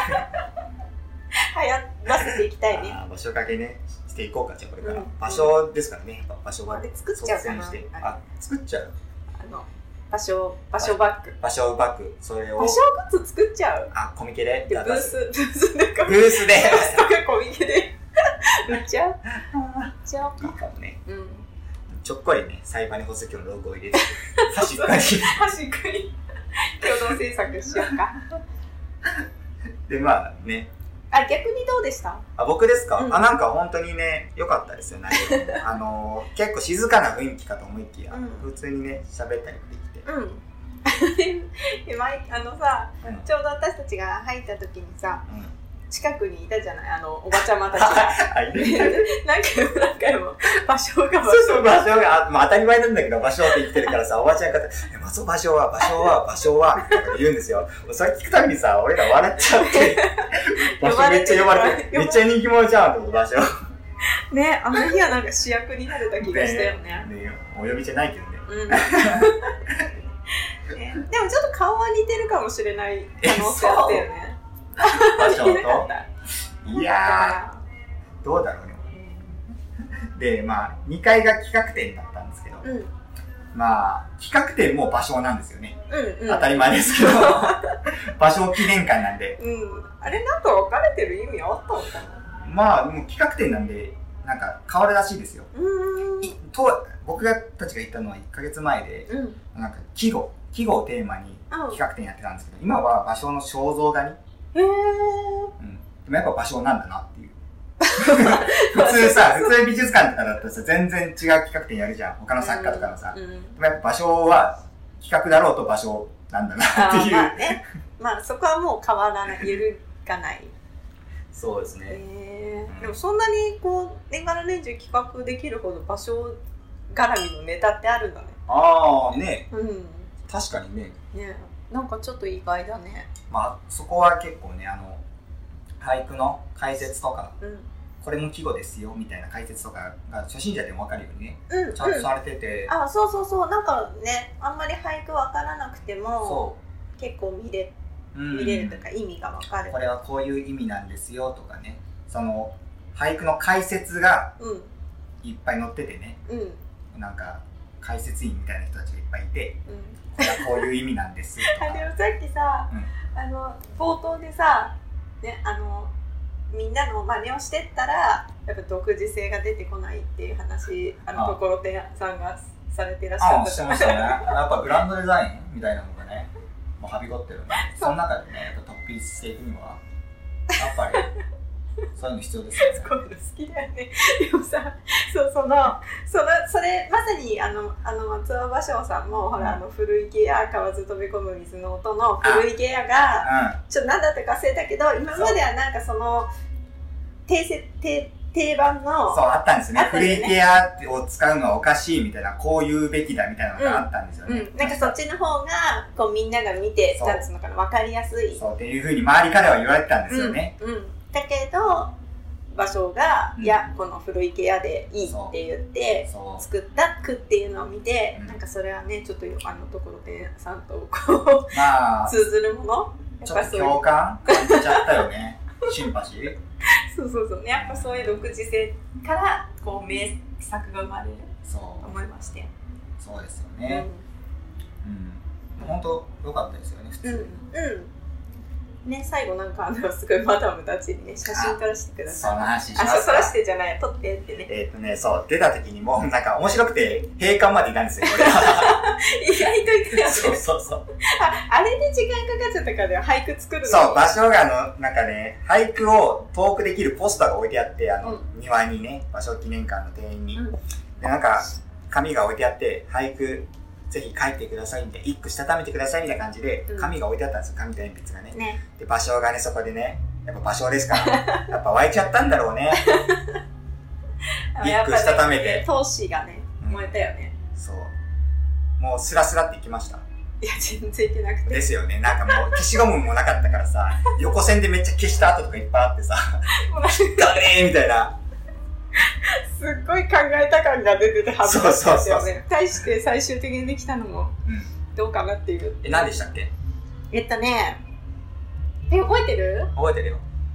流行らせていきたいね。 芭蕉掛けね、していこうか、じゃあこれから。芭蕉ですからね、芭蕉は。 あれ作っちゃうかな。 作っちゃう。 芭蕉バッグ。 芭蕉バッグ、それを。 芭蕉グッズ作っちゃう。 コミケで。 ブースで。 ブースで。 コミケで。売っちゃう。 いいかもね。ちょっこいね、サイバニホスキョのロゴを入れて、端っこに共同制作しようか。 で、ね。 逆にどうでした？ 僕ですか？なんか本当にね、良かったですよね。結構静かな雰囲気かと思いきや、普通にね、喋ったりもできて。さ、ちょうど私たちが入った時にさ、近くにいたじゃない、おばちゃまたちが。何回も芭蕉が。 当たり前なんだけど、芭蕉って言ってるからさ、おばちゃんが、松尾芭蕉は、みたいな言うんですよ。それ聞くたびにさ、俺ら笑っちゃって、芭蕉めっちゃ呼ばれて、めっちゃ人気者じゃん、芭蕉。 ね、あの日はなんか主役になれた気がしたよね。 お呼びじゃないけどね。 でもちょっと顔は似てるかもしれない可能性あったよね。 芭蕉といやー、どうだろうね。で、2階が企画展だったんですけど、企画展も芭蕉なんですよね。当たり前ですけど、芭蕉記念館なんで。 あれなんか分かれてる意味あったのかな？ もう企画展なんで、なんか変わるらしいですよ。僕たちが行ったのは1ヶ月前で、なんか季語をテーマに企画展やってたんですけど、今は芭蕉の肖像画に。でもやっぱ芭蕉なんだなっていう。普通美術館とかだったらさ、全然違う企画展やるじゃん。他の作家とかのさ。でもやっぱ芭蕉は企画だろうと芭蕉なんだなっていう。 そこはもう変わらない、揺るがない。 そうですね。 でもそんなにこう年がら年中企画できるほど芭蕉絡みのネタってあるんだね。 ね。確かにね。 なんかちょっと意外だね。 そこは結構ね、俳句の解説とか、これも季語ですよみたいな解説とかが初心者でも分かるようにね、ちゃんとされてて。 そうなんかね、あんまり俳句分からなくても結構見れるとか意味がわかる。 これはこういう意味なんですよとかね、その俳句の解説がいっぱい載っててね、なんか解説員みたいな人たちがいっぱいいて、これはこういう意味なんですとかでもさっきさ、冒頭でさ、ね、みんなの真似をしてったらやっぱ独自性が出てこないっていう話、ところてさんがされていらっしゃった。 してましたね。やっぱグランドデザインみたいなのがね、もうはびこってるんで、その中でね、やっぱ突飛していくにはやっぱりそういうの必要ですよね。 こういうの好きだよね。でもさ、それまさに松尾芭蕉さんもほら古池や河津飛び込む水の音の古池やが、ちょっと何だったか忘れたけど、今まではなんかその定番のそうあったんですね。古池やを使うのはおかしいみたいな、こう言うべきだみたいなのがあったんですよね。 なんかそっちの方がこうみんなが見てなんつうのかな、分かりやすい。 そうっていう風に周りからは言われてたんですよね。 だけど芭蕉が、いやこの古池屋でいいって言って作った句っていうのを見て、なんかそれはねちょっとところてんさんとこう、通ずるもの、 ちょっと共感感じちゃったよね。シンパシー。 そうね、やっぱそういう独自性からこう名作が生まれると思いまして。 そうですよね。本当良かったですよね、普通に。 ね、最後なんかすごいマダムたちにね写真撮らせてください。 その話しますか。 撮らせてじゃない、撮ってってね。 そう出た時にもうなんか面白くて閉館までいたんですよ。これ意外といたよね。 そう。 あれで時間かかっちゃったからだよ、俳句作るの。 そう、芭蕉がなんかね、俳句をトークできるポスターが置いてあって、庭にね、芭蕉記念館の庭園に。で、なんか紙が置いてあって、俳句ぜひ書いてくださいみたいな、一句したためてくださいみたいな感じで紙が置いてあったんですよ、紙と鉛筆がね。で、芭蕉がね、そこでね、やっぱ芭蕉ですからやっぱ湧いちゃったんだろうね。一句したためて、 闘志がね燃えたよね。 そう、もうスラスラっていきました。 いや全然いけなくてですよね。なんかもう消しゴムもなかったからさ、横線でめっちゃ消した跡とかいっぱいあってさ、だねーみたいな。 すっごい考えた感が出てて恥ずかしかったよね。対して最終的にできたのもどうかなっていう。 何でしたっけ？ 覚えてる？ 覚えてるよ。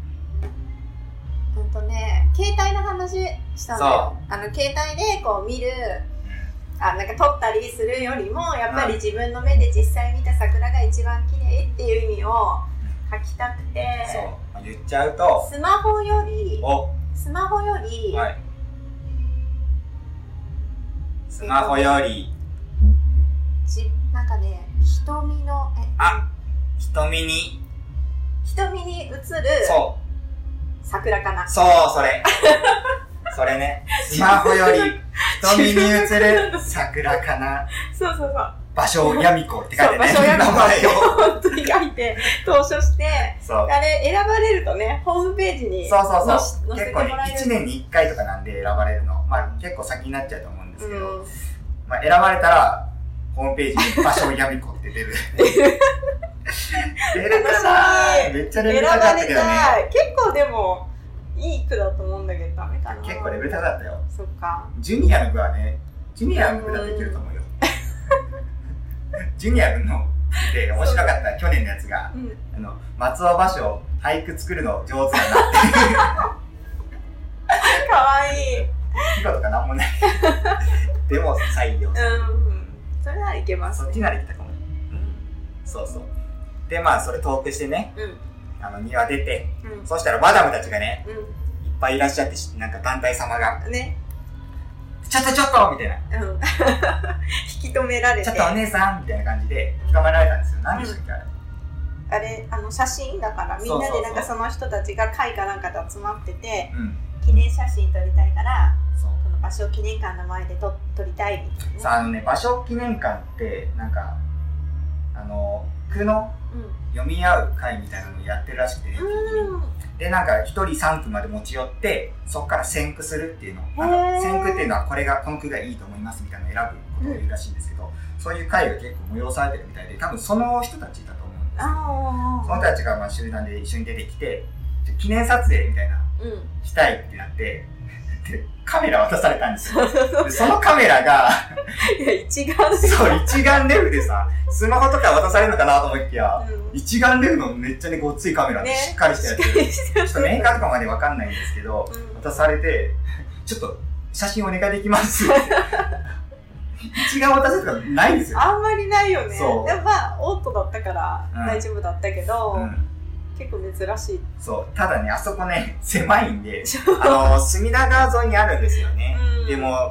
携帯の話したんだよ。携帯でこう見る、なんか撮ったりするよりもやっぱり自分の目で実際見た桜が一番綺麗っていう意味を書きたくて。 そう言っちゃうとスマホよりはい、スマホよりなんかね、瞳の瞳に映る桜かな。 そう、それね。スマホより瞳に映る桜かな。 そう。 芭蕉やみ子って書いてね。 芭蕉やみ子って本当に書いて投書して、あれ選ばれるとね、ホームページにそう載せてもらえる。 結構ね、1年に1回とかなんで選ばれるの。結構先になっちゃうと思うんですけど、選ばれたらホームページに芭蕉やみ子って出る。出るかな。めっちゃレベル高かったけどね。 結構でもいい句だと思うんだけどダメかな。 結構レベル高かったよ。 そっか。 ジュニアの句はね、ジュニアの句だっていけると思うよ。ジュニアので面白かった去年のやつが、松尾芭蕉俳句作るの上手だなっていう。 かわいい。 季語とかなんもない。でも採用。 それならいけますね。 そっちならいけたかも。そう。でそれトークしてね、庭出て、そしたらマダムたちがね、いっぱいいらっしゃって、なんか団体様がね、ちょっとみたいな、 引き止められて、 ちょっとお姉さんみたいな感じで捕まえられたんですよ。何でしたっけあれ？写真だからみんなでなんかその人たちが会かなんかで集まってて、記念写真撮りたいから、この芭蕉記念館の前で撮りたいみたいな。 さあ芭蕉記念館ってなんか句の読み合う会みたいなのをやってるらしくて、でなんか1人3句まで持ち寄ってそこから選句するっていうの。選句っていうのはこの句がいいと思いますみたいなのを選ぶことを言うらしいんですけど、そういう会が結構催されてるみたいで、多分その人たちだと思うんですけど、その人たちが集団で一緒に出てきて記念撮影みたいな、したいってなって、 ってカメラ渡されたんですよ。でそのカメラがいや一眼そう、一眼レフでさ、スマホとか渡されるのかなと思いきや、一眼レフのめっちゃね、ごっついカメラでしっかりしたやつ、ちょっとメーカーとかまでわかんないんですけど、渡されて、ちょっと写真お願いできます一眼渡せとかないんですよ。 あんまりないよね。でもまあ、オートだったから大丈夫だったけど、結構珍しい。 そう。ただね、あそこね、狭いんで、隅田川沿いにあるんですよね。でも、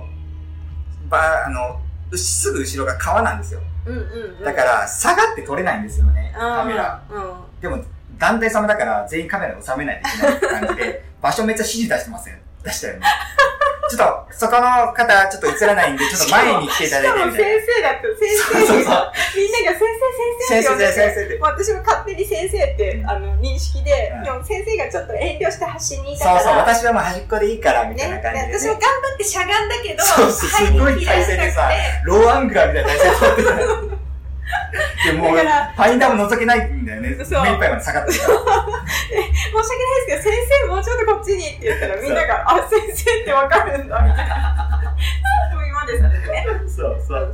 すぐ後ろが川なんですよ。だから、下がって撮れないんですよね、カメラ。でも、団体様だから全員カメラで収めないといけないって感じで、場所めっちゃ指示出してません。出したよね。ちょっと、そこの方、ちょっと映らないんで、ちょっと前に来ていただいてみたいな。 しかも先生だった。先生が、みんなが先生って。私も勝手に先生って、認識で、でも先生がちょっと遠慮して端にいたから。 そう、私はもう端っこでいいから、みたいな感じで。 私も頑張ってしゃがんだけど、 そう、すごい体勢でさ、ローアングラーみたいな体勢で撮ってた。でも、ファインダーも覗けないんだよね。目いっぱいまで下がってるから。 申し訳ないですけど、先生もうちょっとこっちにって言ったらみんなが、あ、先生ってわかるんだ、みたいな。そういうまでされてね。そう。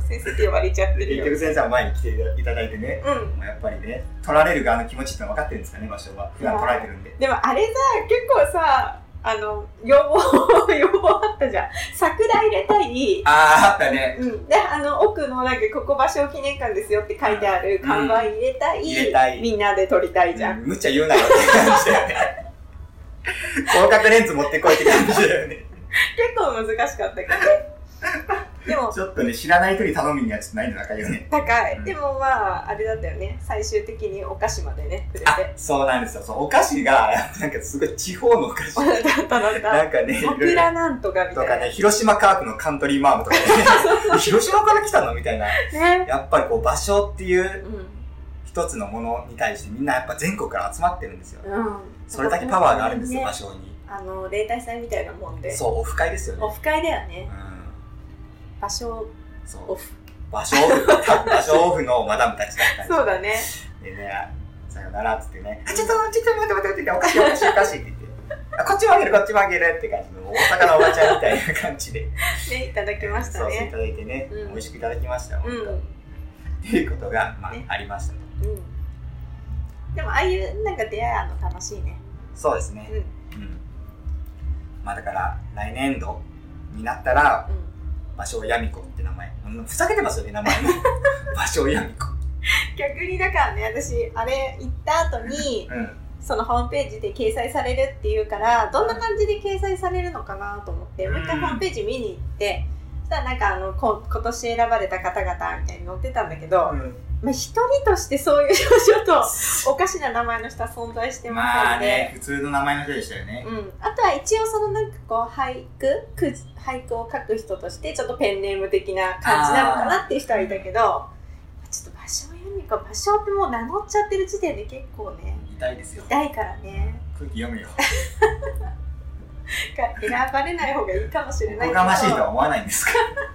先生って呼ばれちゃってるよ。 結局先生は前に来ていただいてね。やっぱりね、取られる側の気持ちってのは分かってるんですかね、場所は。普段取られてるんで。 でもあれさ、結構さ、要望あったじゃん。桜入れたい。 あったね。 で、奥のなんか、ここ芭蕉記念館ですよって書いてある看板入れたい。みんなで撮りたいじゃん。 むっちゃ言うなよって感じだよね。広角レンズ持ってこいって感じだよね。 結構難しかったけどね。でもちょっとね、知らない人に頼むにはちょっと難易度高いよね。 高い。でもまあ、あれだったよね。最終的にお菓子までね、くれて。 そうなんですよ。そう、お菓子が、なんかすごい地方のお菓子。 だった。 なんかね、 桜なんとかみたいな。 とかね、広島カープのカントリーマームとかね。広島から来たのみたいな。ね。やっぱりこう、場所っていう、一つのものに対してみんなやっぱ全国から集まってるんですよ。それだけパワーがあるんですよ、場所に。 例大祭みたいなもんで。 そう、オフ会ですよね。 オフ会だよね。場所オフ。 場所オフのマダムたちだったんです。 そうだね。 でね、さよならっつってね、ちょっと待って、おかしいって言って、こっちもあげるって感じの、大阪のおばちゃんみたいな感じで。 ね、いただきましたね。 そう、いただいてね、美味しくいただきました、本当。っていうことが、まあ、ありました。 でも、ああいうなんか出会いあるの楽しいね。 そうですね。まあだから、来年度になったら、芭蕉やみこって名前。ふざけてますよね、名前も。芭蕉やみこ。 逆にだからね、私、あれ行った後に、そのホームページで掲載されるっていうから、どんな感じで掲載されるのかなと思って、もう一回ホームページ見に行って、そしたらなんか今年選ばれた方々みたいに載ってたんだけど、まあ、一人としてそういうちょっとおかしな名前の人は存在してませんので、 まあね、普通の名前の人でしたよね。 あとは一応そのなんかこう俳句を書く人としてちょっとペンネーム的な感じなのかなっていう人はいたけど、ちょっと芭蕉由美子、芭蕉ってもう名乗っちゃってる時点で結構ね、 痛いですよ。 痛いからね。 空気読むよ。 選ばれない方がいいかもしれないけど。 おこがましいとは思わないんですか？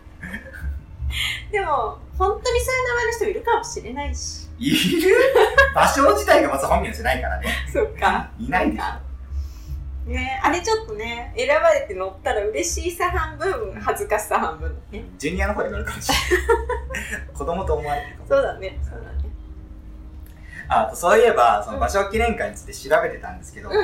でも本当にそういう名前の人いるかもしれないし。 いる？芭蕉自体がまず本名じゃないからね。 そっか。 いないでしょ。 ね、あれちょっとね、選ばれて乗ったら嬉しさ半分、恥ずかしさ半分ね。 ジュニアの方で乗るかもしれない。子供と思われてるかも。 そうだね。 そういえば、その芭蕉記念館について調べてたんですけど、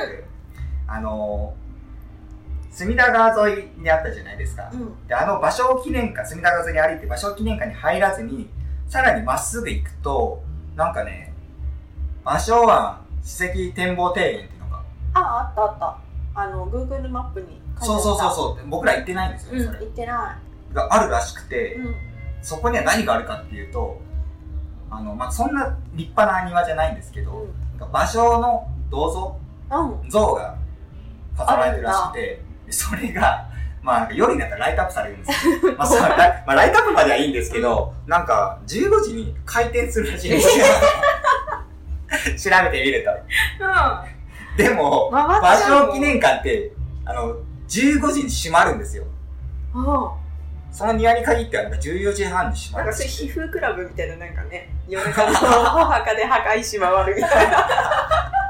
隅田川沿いにあったじゃないですか。で、芭蕉記念館、隅田川沿いに歩いて芭蕉記念館に入らずに、さらにまっすぐ行くと、なんかね、芭蕉庵史跡展望庭園っていうのが。 あった。Google マップに書いてあった。 そう。僕ら行ってないんですよね、それ。 行ってない。 があるらしくて、そこには何があるかっていうと、まあ、そんな立派な庭じゃないんですけど、芭蕉の銅像が飾られてるらしくて、それが、まあ、なんか夜になったらライトアップされるんですよ。まあ、ライトアップまではいいんですけど、なんか、15時に開店するらしいんですよ。調べてみると。でも、芭蕉記念館って、15時に閉まるんですよ。その庭に限っては、なんか14時半に閉まる。 なんかそういう皮膚クラブみたいな、なんかね、夜中のお墓で墓石回るみたいな。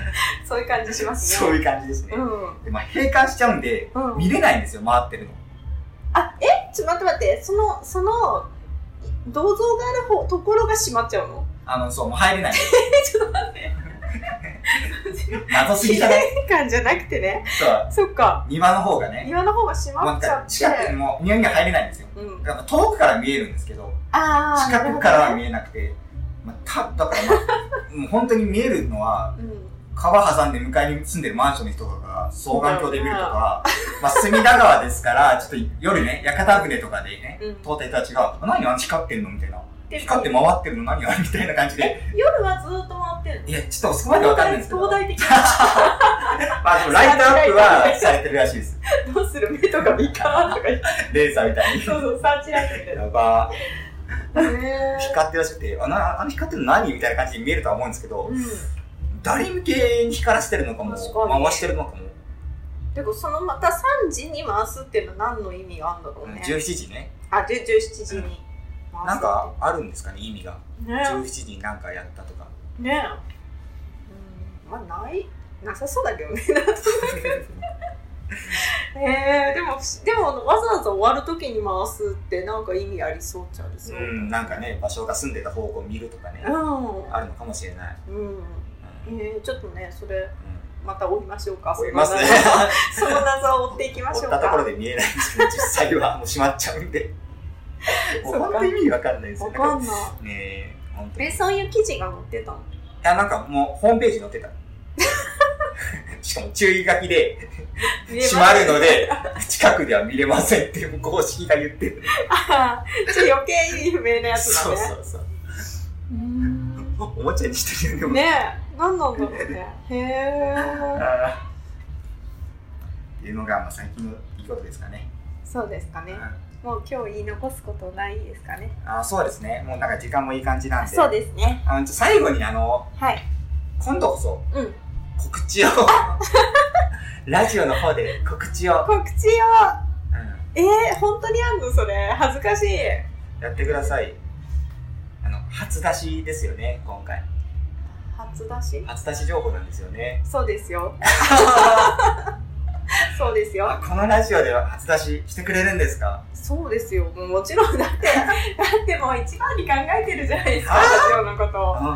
そういう感じしますね。そういう感じですね。で閉館しちゃうんで、見れないんですよ、回ってるの。 ちょっと待って、その銅像があるところが閉まっちゃうの？ そう、もう入れない。 ちょっと待って。 謎すぎじゃない？ 感じゃなくてね。そっか。 庭の方がね。 庭の方が閉まっちゃって。 近くにも庭には入れないんですよ。遠くから見えるんですけど、近くからは見えなくて、だからもう本当に見えるのは、川挟んで向かいに住んでるマンションの人とかが双眼鏡で見るとか、隅田川ですから、ちょっと夜ね、屋形船とかでね、通った人たちが、何あん光ってんのみたいな。光って回ってるの何あれみたいな感じで。 夜はずっと回ってるの？ いや、ちょっとそこまでわかんないんですけど。 東大的な。 でもライトアップはされてるらしいです。 どうする？目とかビカーとかレーザーみたいに。 そう、サーチライトみたいな。 やばー。光ってるらしくて、光ってるの何みたいな感じに見えるとは思うんですけど、誰向けに光らせてるのかも、回してるのかも。 でもそのまた3時に回すっていうのは何の意味があるんだろうね。 17時ね。 17時に。 なんかあるんですかね、意味が。17時に何かやったとか。 ねなさそうだけどね。でもわざわざ終わる時に回すってなんか意味ありそうっちゃありそう。 なんかね、場所が住んでた方向を見るとかね、あるのかもしれない。 ちょっとね、それまた追いましょうか。 追いますね。 その謎を追っていきましょうか。 追ったところで見えないんですけど、実際はもう閉まっちゃうんで。もう本当に意味わかんないですよね。 わかんない。そういう記事が載ってたの？いや、なんかもうホームページ載ってた。しかも注意書きで閉まるので近くでは見れませんっていう公式が言ってる。 余計意味不明なやつだね。 そう。おもちゃにしてるよね。 ねえ、何なんだろうね。へえ。 っていうのが最近のいいことですかね。 そうですかね。もう今日言い残すことないですかね。 そうですね。もうなんか時間もいい感じなんで。 そうですね。 最後に今度こそ告知をラジオの方で告知を。 本当にあんのそれ？恥ずかしい。 やってください。初出しですよね、今回。 初出し情報なんですよね。 そうですよ。そうですよ。 このラジオでは初出ししてくれるんですか？ そうですよ。もちろんだってもう一番に考えてるじゃないですか、ラジオのこと。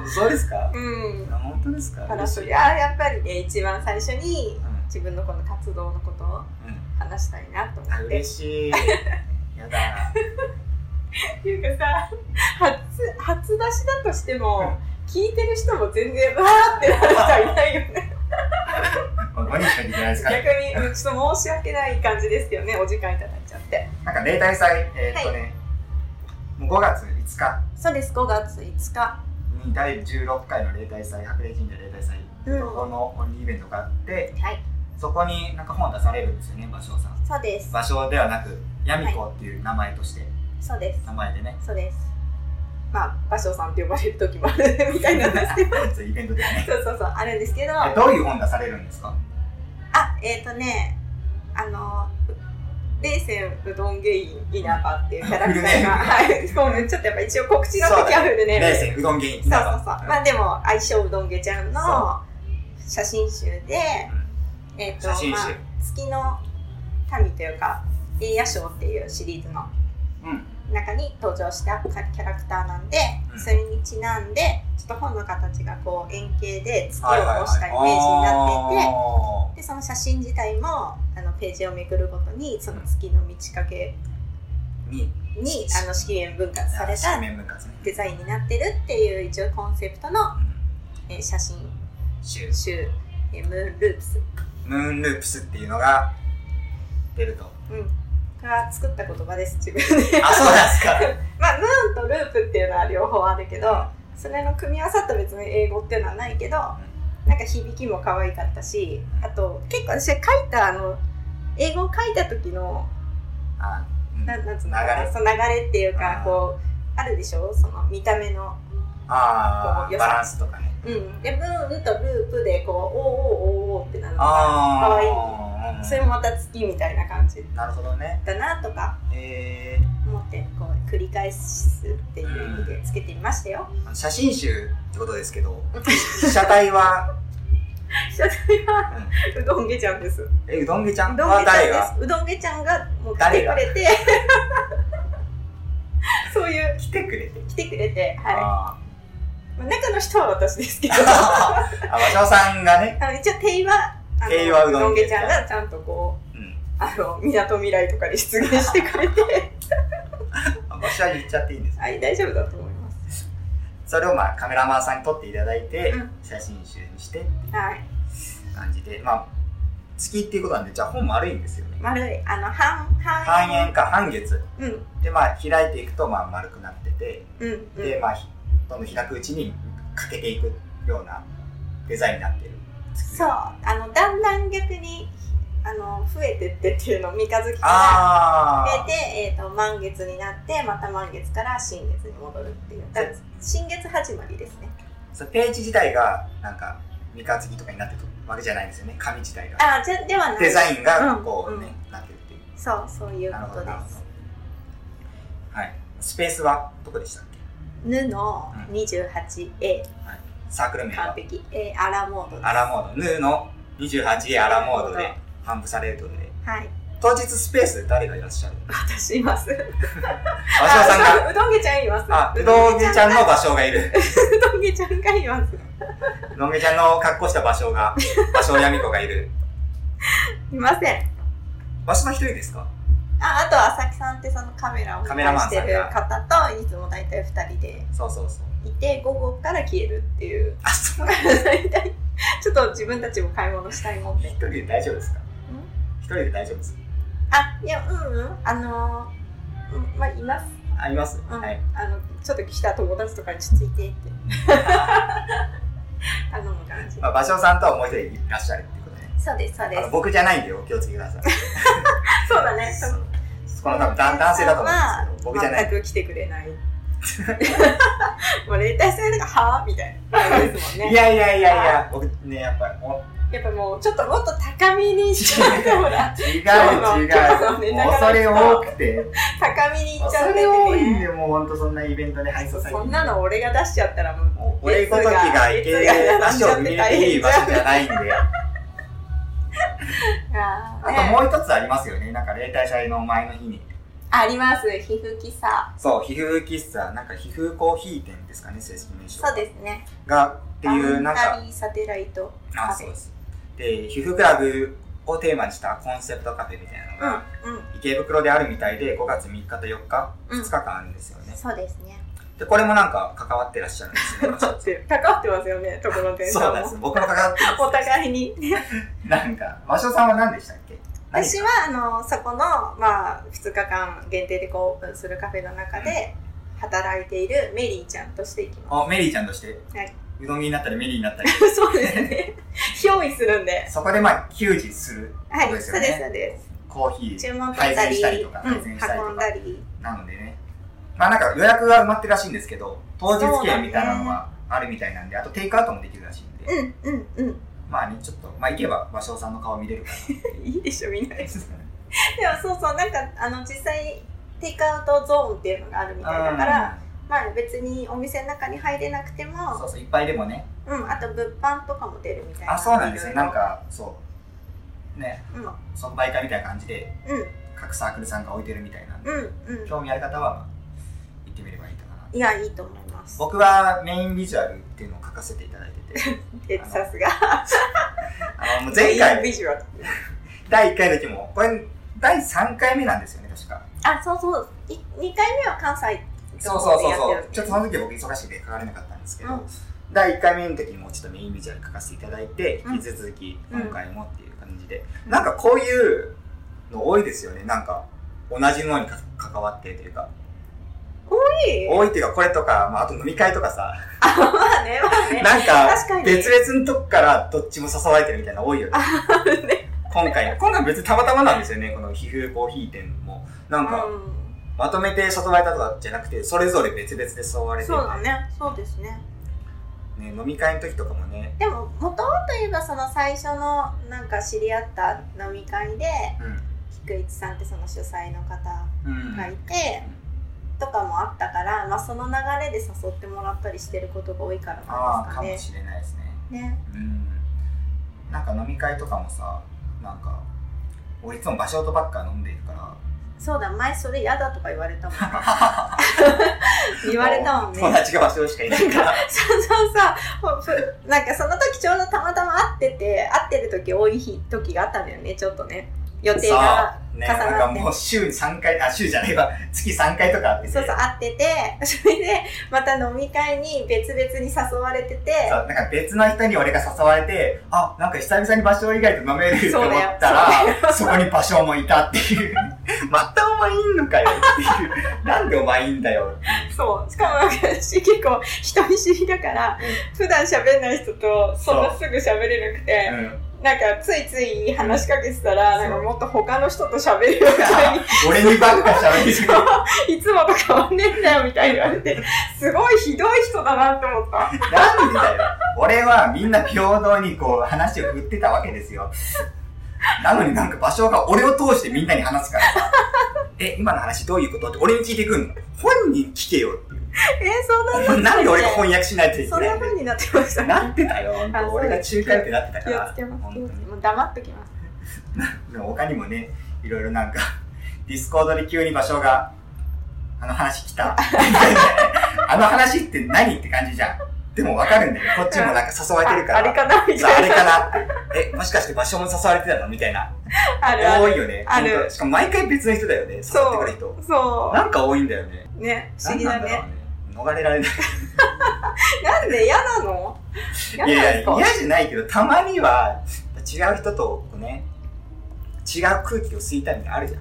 そうですか？本当ですか？ だからそりゃやっぱりね、一番最初に自分のこの活動のことを話したいなと思って。 嬉しい。やだ。 っていうかさ、初出しだとしても聞いてる人も全然わーってなる人はいないよね。 何しかできないですか？ 逆にちょっと申し訳ない感じですけどね、お時間いただいちゃって。 なんか例大祭、もう5月5日。 そうです、5月5日に第16回の例大祭、白麗神社例大祭のオンリーイベントがあって、そこになんか本出されるんですよね、芭蕉さん。 そうです。 芭蕉ではなく、ヤミコっていう名前として。 そうです。 名前でね。 そうです。芭蕉さんって呼ばれる時もあるみたいなんですけど。 そう、イベントでね。 そう、あるんですけど。 どういう本出されるんですか？ 冷泉うどん芸人稲葉っていうキャラクターが、もうちょっとやっぱ一応告知の時あるんでね。 冷泉うどん芸人稲葉。 まあでも愛称うどん芸ちゃんの写真集で、月の民というか栄夜賞っていうシリーズの中に登場したキャラクターなんで、それにちなんでちょっと本の形がこう円形で月を模したイメージになっていて、でその写真自体もページをめくるごとにその月の満ち欠けに色面分割されたデザインになってるっていう一応コンセプトの写真集ムーンループス。 ムーンループスっていうのが出ると。 が作った言葉です、自分で。 そうなんですか。 まあムーンとループっていうのは両方あるけど、それの組み合わさった別に英語っていうのはないけど、なんか響きも可愛かったし、あと結構私が書いた英語を書いた時のなんつうのかな、その流れっていうか、こうあるでしょ、その見た目のバランスとかね。 でムーンとループでこうおーってなるのが可愛い。それもまた月みたいな感じだなとか思ってこう繰り返すっていう意味でつけてみましたよ。 写真集ってことですけど、被写体は謝罪は、うどんげちゃんです。 うどんげちゃん？ うどんげちゃんです。うどんげちゃんがもう来てくれてそういう来てくれて、 はい。中の人は私ですけど和尚さんがね、 一応定はうどんげちゃんがちゃんとこう、みなとみらいとかに出現してくれて場所は言っちゃっていいんですか？ はい、大丈夫だと思います。 それをカメラマンさんに撮っていただいて、写真集にしてっていう感じで、月っていうことなんで、じゃあ本丸いんですよね。 丸い、 半円か半月、で開いていくと丸くなってて、でどんどん開くうちに欠けていくようなデザインになってる。 そう、だんだん逆に増えてっていうのを三日月から増えて、満月になってまた満月から新月に戻るっていう、新月始まりですね。 そページ自体がなんか三日月とかになってるわけじゃないんですよね。紙自体がではない、 デザインがこうね、なってるっていう。 そういうことです。 はい。スペースはどこでしたっけ？ ヌの 28A、 サークル名は完璧、アラモードです。 アラモード、ヌの 28A アラモードで頒布されるということで、当日スペースで誰がいらっしゃる？ 私います。和尚さんがうどんげちゃんいます。 うどんげちゃんの場所がいる。 うどんげちゃんがいます。 うどんげちゃんの格好した場所やみこがいる。 いません。 場所の一人ですか？ あと朝木さんってそのカメラを回してる方といつも大体2人でいて、午後から消えるっていう。 そう大体ちょっと自分たちも買い物したいもんで。 一人で大丈夫ですか？一人で大丈夫です。 いや、います。 います。 はい。ちょっと来た友達とかについてって頼む感じ。 場所さんとはもう一人いらっしゃるっていうことね。 そうですそうです。 僕じゃないんでお気をつけください。 そうだね。 この多分男性だと思うんですけど、僕じゃない。 全く来てくれない。もう例体性なんかはみたいな感じですもんね。 いや僕ね、やっぱもうちょっともっと高みにしちゃってもらって。 違う恐れ多くて高みに行っちゃっててね。 恐れ多いんで、もうほんとそんなイベントで配送されて、 そんなの俺が出しちゃったらもう俺ごときがいけ足を踏み入れていい場所じゃないんで。あともう一つありますよね。なんか例大祭の前の日にあります。皮膚喫茶。 そう、皮膚喫茶、なんか皮膚コーヒー店ですかね、正式名称。 そうですね。 っていうなんかバウンダリーサテライトカフェ。 そうです。で、皮膚クラブをテーマにしたコンセプトカフェみたいなのが池袋であるみたいで、5月3日と4日、2日間あるんですよね。 そうですね。 で、これもなんか関わってらっしゃるんですね。 関わってますよね、ところてんさんも。 そうなんです。僕も関わってます。 お互いに。 なんか、和尚さんは何でしたっけ？ 私はそこの、2日間限定でオープンするカフェの中で働いているメリーちゃんとしていきます。 メリーちゃんとして。はい。うどんになったりメリーになったり。 そうですね。憑依するんで。 そこで給仕することですよね。 はい、そうです。 コーヒー注文取ったり、運んだり。 なのでね。なんか予約が埋まってるらしいんですけど、当日券みたいなのがあるみたいなんで、あとテイクアウトもできるらしいんで。ちょっと行けば和尚さんの顔見れるかな。 いいでしょ、見ないです。でもなんか実際テイクアウトゾーンっていうのがあるみたいだから、別にお店の中に入れなくても、 そういっぱいでもね。 あと物販とかも出るみたいな。 そうなんですね。なんかそうね、即売会みたいな感じで、各サークルさんが置いてるみたいなんで、興味ある方は行ってみればいいかな。 いや、いいと思います。 僕はメインビジュアルっていうのを書かせていただいてて。 さすが。 もう前回ビジュアル第1回の時もこれ第3回目なんですよね、確か。 そう2回目は関西そうちょっとその時は僕忙しくて書かれなかったんですけど、第1回目の時にもちょっとメインビジュアル書かせていただいて、引き続き今回もっていう感じで、なんかこういうの多いですよね。なんか同じものに関わってというか、多いっていうか、これとか、あと飲み会とかさ、なんか別々のとこからどっちも誘われてるみたいなの多いよね。今回別にたまたまなんですよね。この皮膚コーヒー店もなんかまとめて誘われたとかじゃなくて、それぞれ別々で誘われてて。 そうだね、そうですね。 飲み会の時とかもね。 でももともと言えばその最初のなんか知り合った飲み会で、菊一さんってその主催の方がいて、とかもあったから、その流れで誘ってもらったりしてることが多いからなんですかね。 かもしれないですね。 なんか飲み会とかもさ、なんか俺いつも場所とばっか飲んでいるから。 そうだ、前それ嫌だとか言われたもんね。言われたもんね。 友達が場所しかいないから。 そうなんかその時ちょうどたまたま会ってる時多い時があったんだよね、ちょっとね。予定が重なって。 なんかもう週3回、週じゃないわ、月3回とかあってて。 そう会ってて、それでまた飲み会に別々に誘われてて。 そう、なんか別の人に俺が誘われて、あ、なんか久々に場所以外と飲めると思ったら、そこに場所もいたっていう。またお前いんのかよっていう。なんでお前いんだよっていう。 そう。しかもなんか私結構人見知りだから、普段喋んない人とそんなすぐ喋れなくて、なんかついつい話しかけてたら、なんかもっと他の人と喋るよみたいに。 俺にばっか喋る。 いつもと変わんねえんだよみたいに言われて、すごいひどい人だなって思った。 なんでだよ。俺はみんな平等にこう話を振ってたわけですよ。なのになんか場所が俺を通してみんなに話すからさ。今の話どういうことって俺に聞いてくんの。本人聞けよっていう。 そうなんで俺が翻訳しないといけない。 そんな風になってました。 なってたよ、俺が仲介ってなってたから。 気をつけます。もう黙っときます。 他にもね、いろいろなんか、ディスコードで急に場所が、あの話来た。あの話って何って感じじゃん。でも分かるんだよ。こっちもなんか誘われてるから。 あれかなみたいな。 あれかなって。もしかして場所も誘われてたのみたいな。多いよね。しかも毎回別の人だよね。誘ってくる人。 そう。 なんか多いんだよね。 ね、不思議だね。 逃れられない。 なんで嫌なの？ いや、嫌じゃないけど、たまには違う人とね、違う空気を吸いたいみたいなのあるじゃん。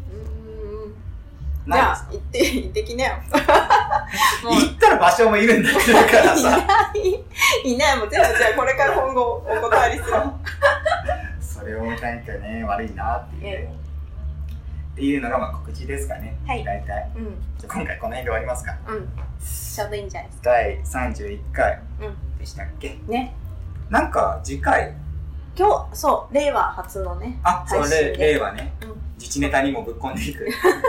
じゃあ、行ってきなよ。 行ったら場所もいるんだけどからさ。 いないもん。じゃあこれから今後お断りする。 それをなんかね、悪いなっていう。っていうのがまあ告知ですかね。 はい。 大体。じゃ今回この辺で終わりますか。 ちょうどいいんじゃないですか。 第31回でしたっけ。 ね。 なんか次回。 今日、そう、令和初のね。 あ、そう、令和ね。自治ネタにもぶっ込んでいく。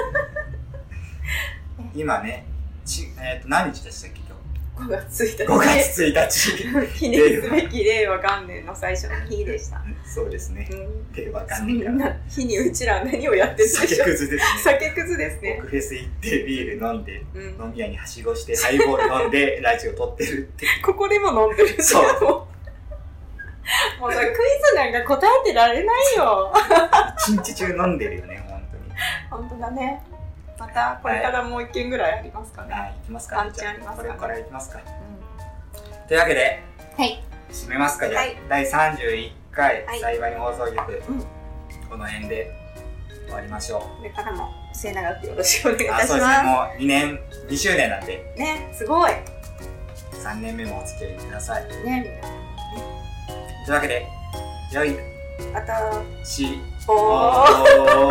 今ね、何日でしたっけ今日。5月1日。 5月1日。 記念すべき令和元年の最初の日でした。 そうですね。令和元年から。 日にうちら何をやってるんでしょう。 酒くずですね。 酒くずですね。 僕フェス行ってビール飲んで、飲み屋にはしごしてハイボール飲んでラジオ撮ってるって。 ここでも飲んでる。 そう。 もうさ、クイズなんか答えてられないよ。 一日中飲んでるよね、本当に。 本当だね。またこれからもう一件ぐらいありますかね。 行きますかね。 じゃあこれから行きますか。というわけで、締めますか。じゃあ第31回幸いに放送局、この辺で終わりましょう。 これからも末永くよろしくお願いいたします。 そうですね。もう2周年なんで。 ね、すごい。 3年目もお付き合いください。 ね。 というわけで、良いあたしお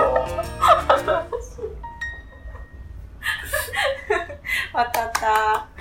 当たった。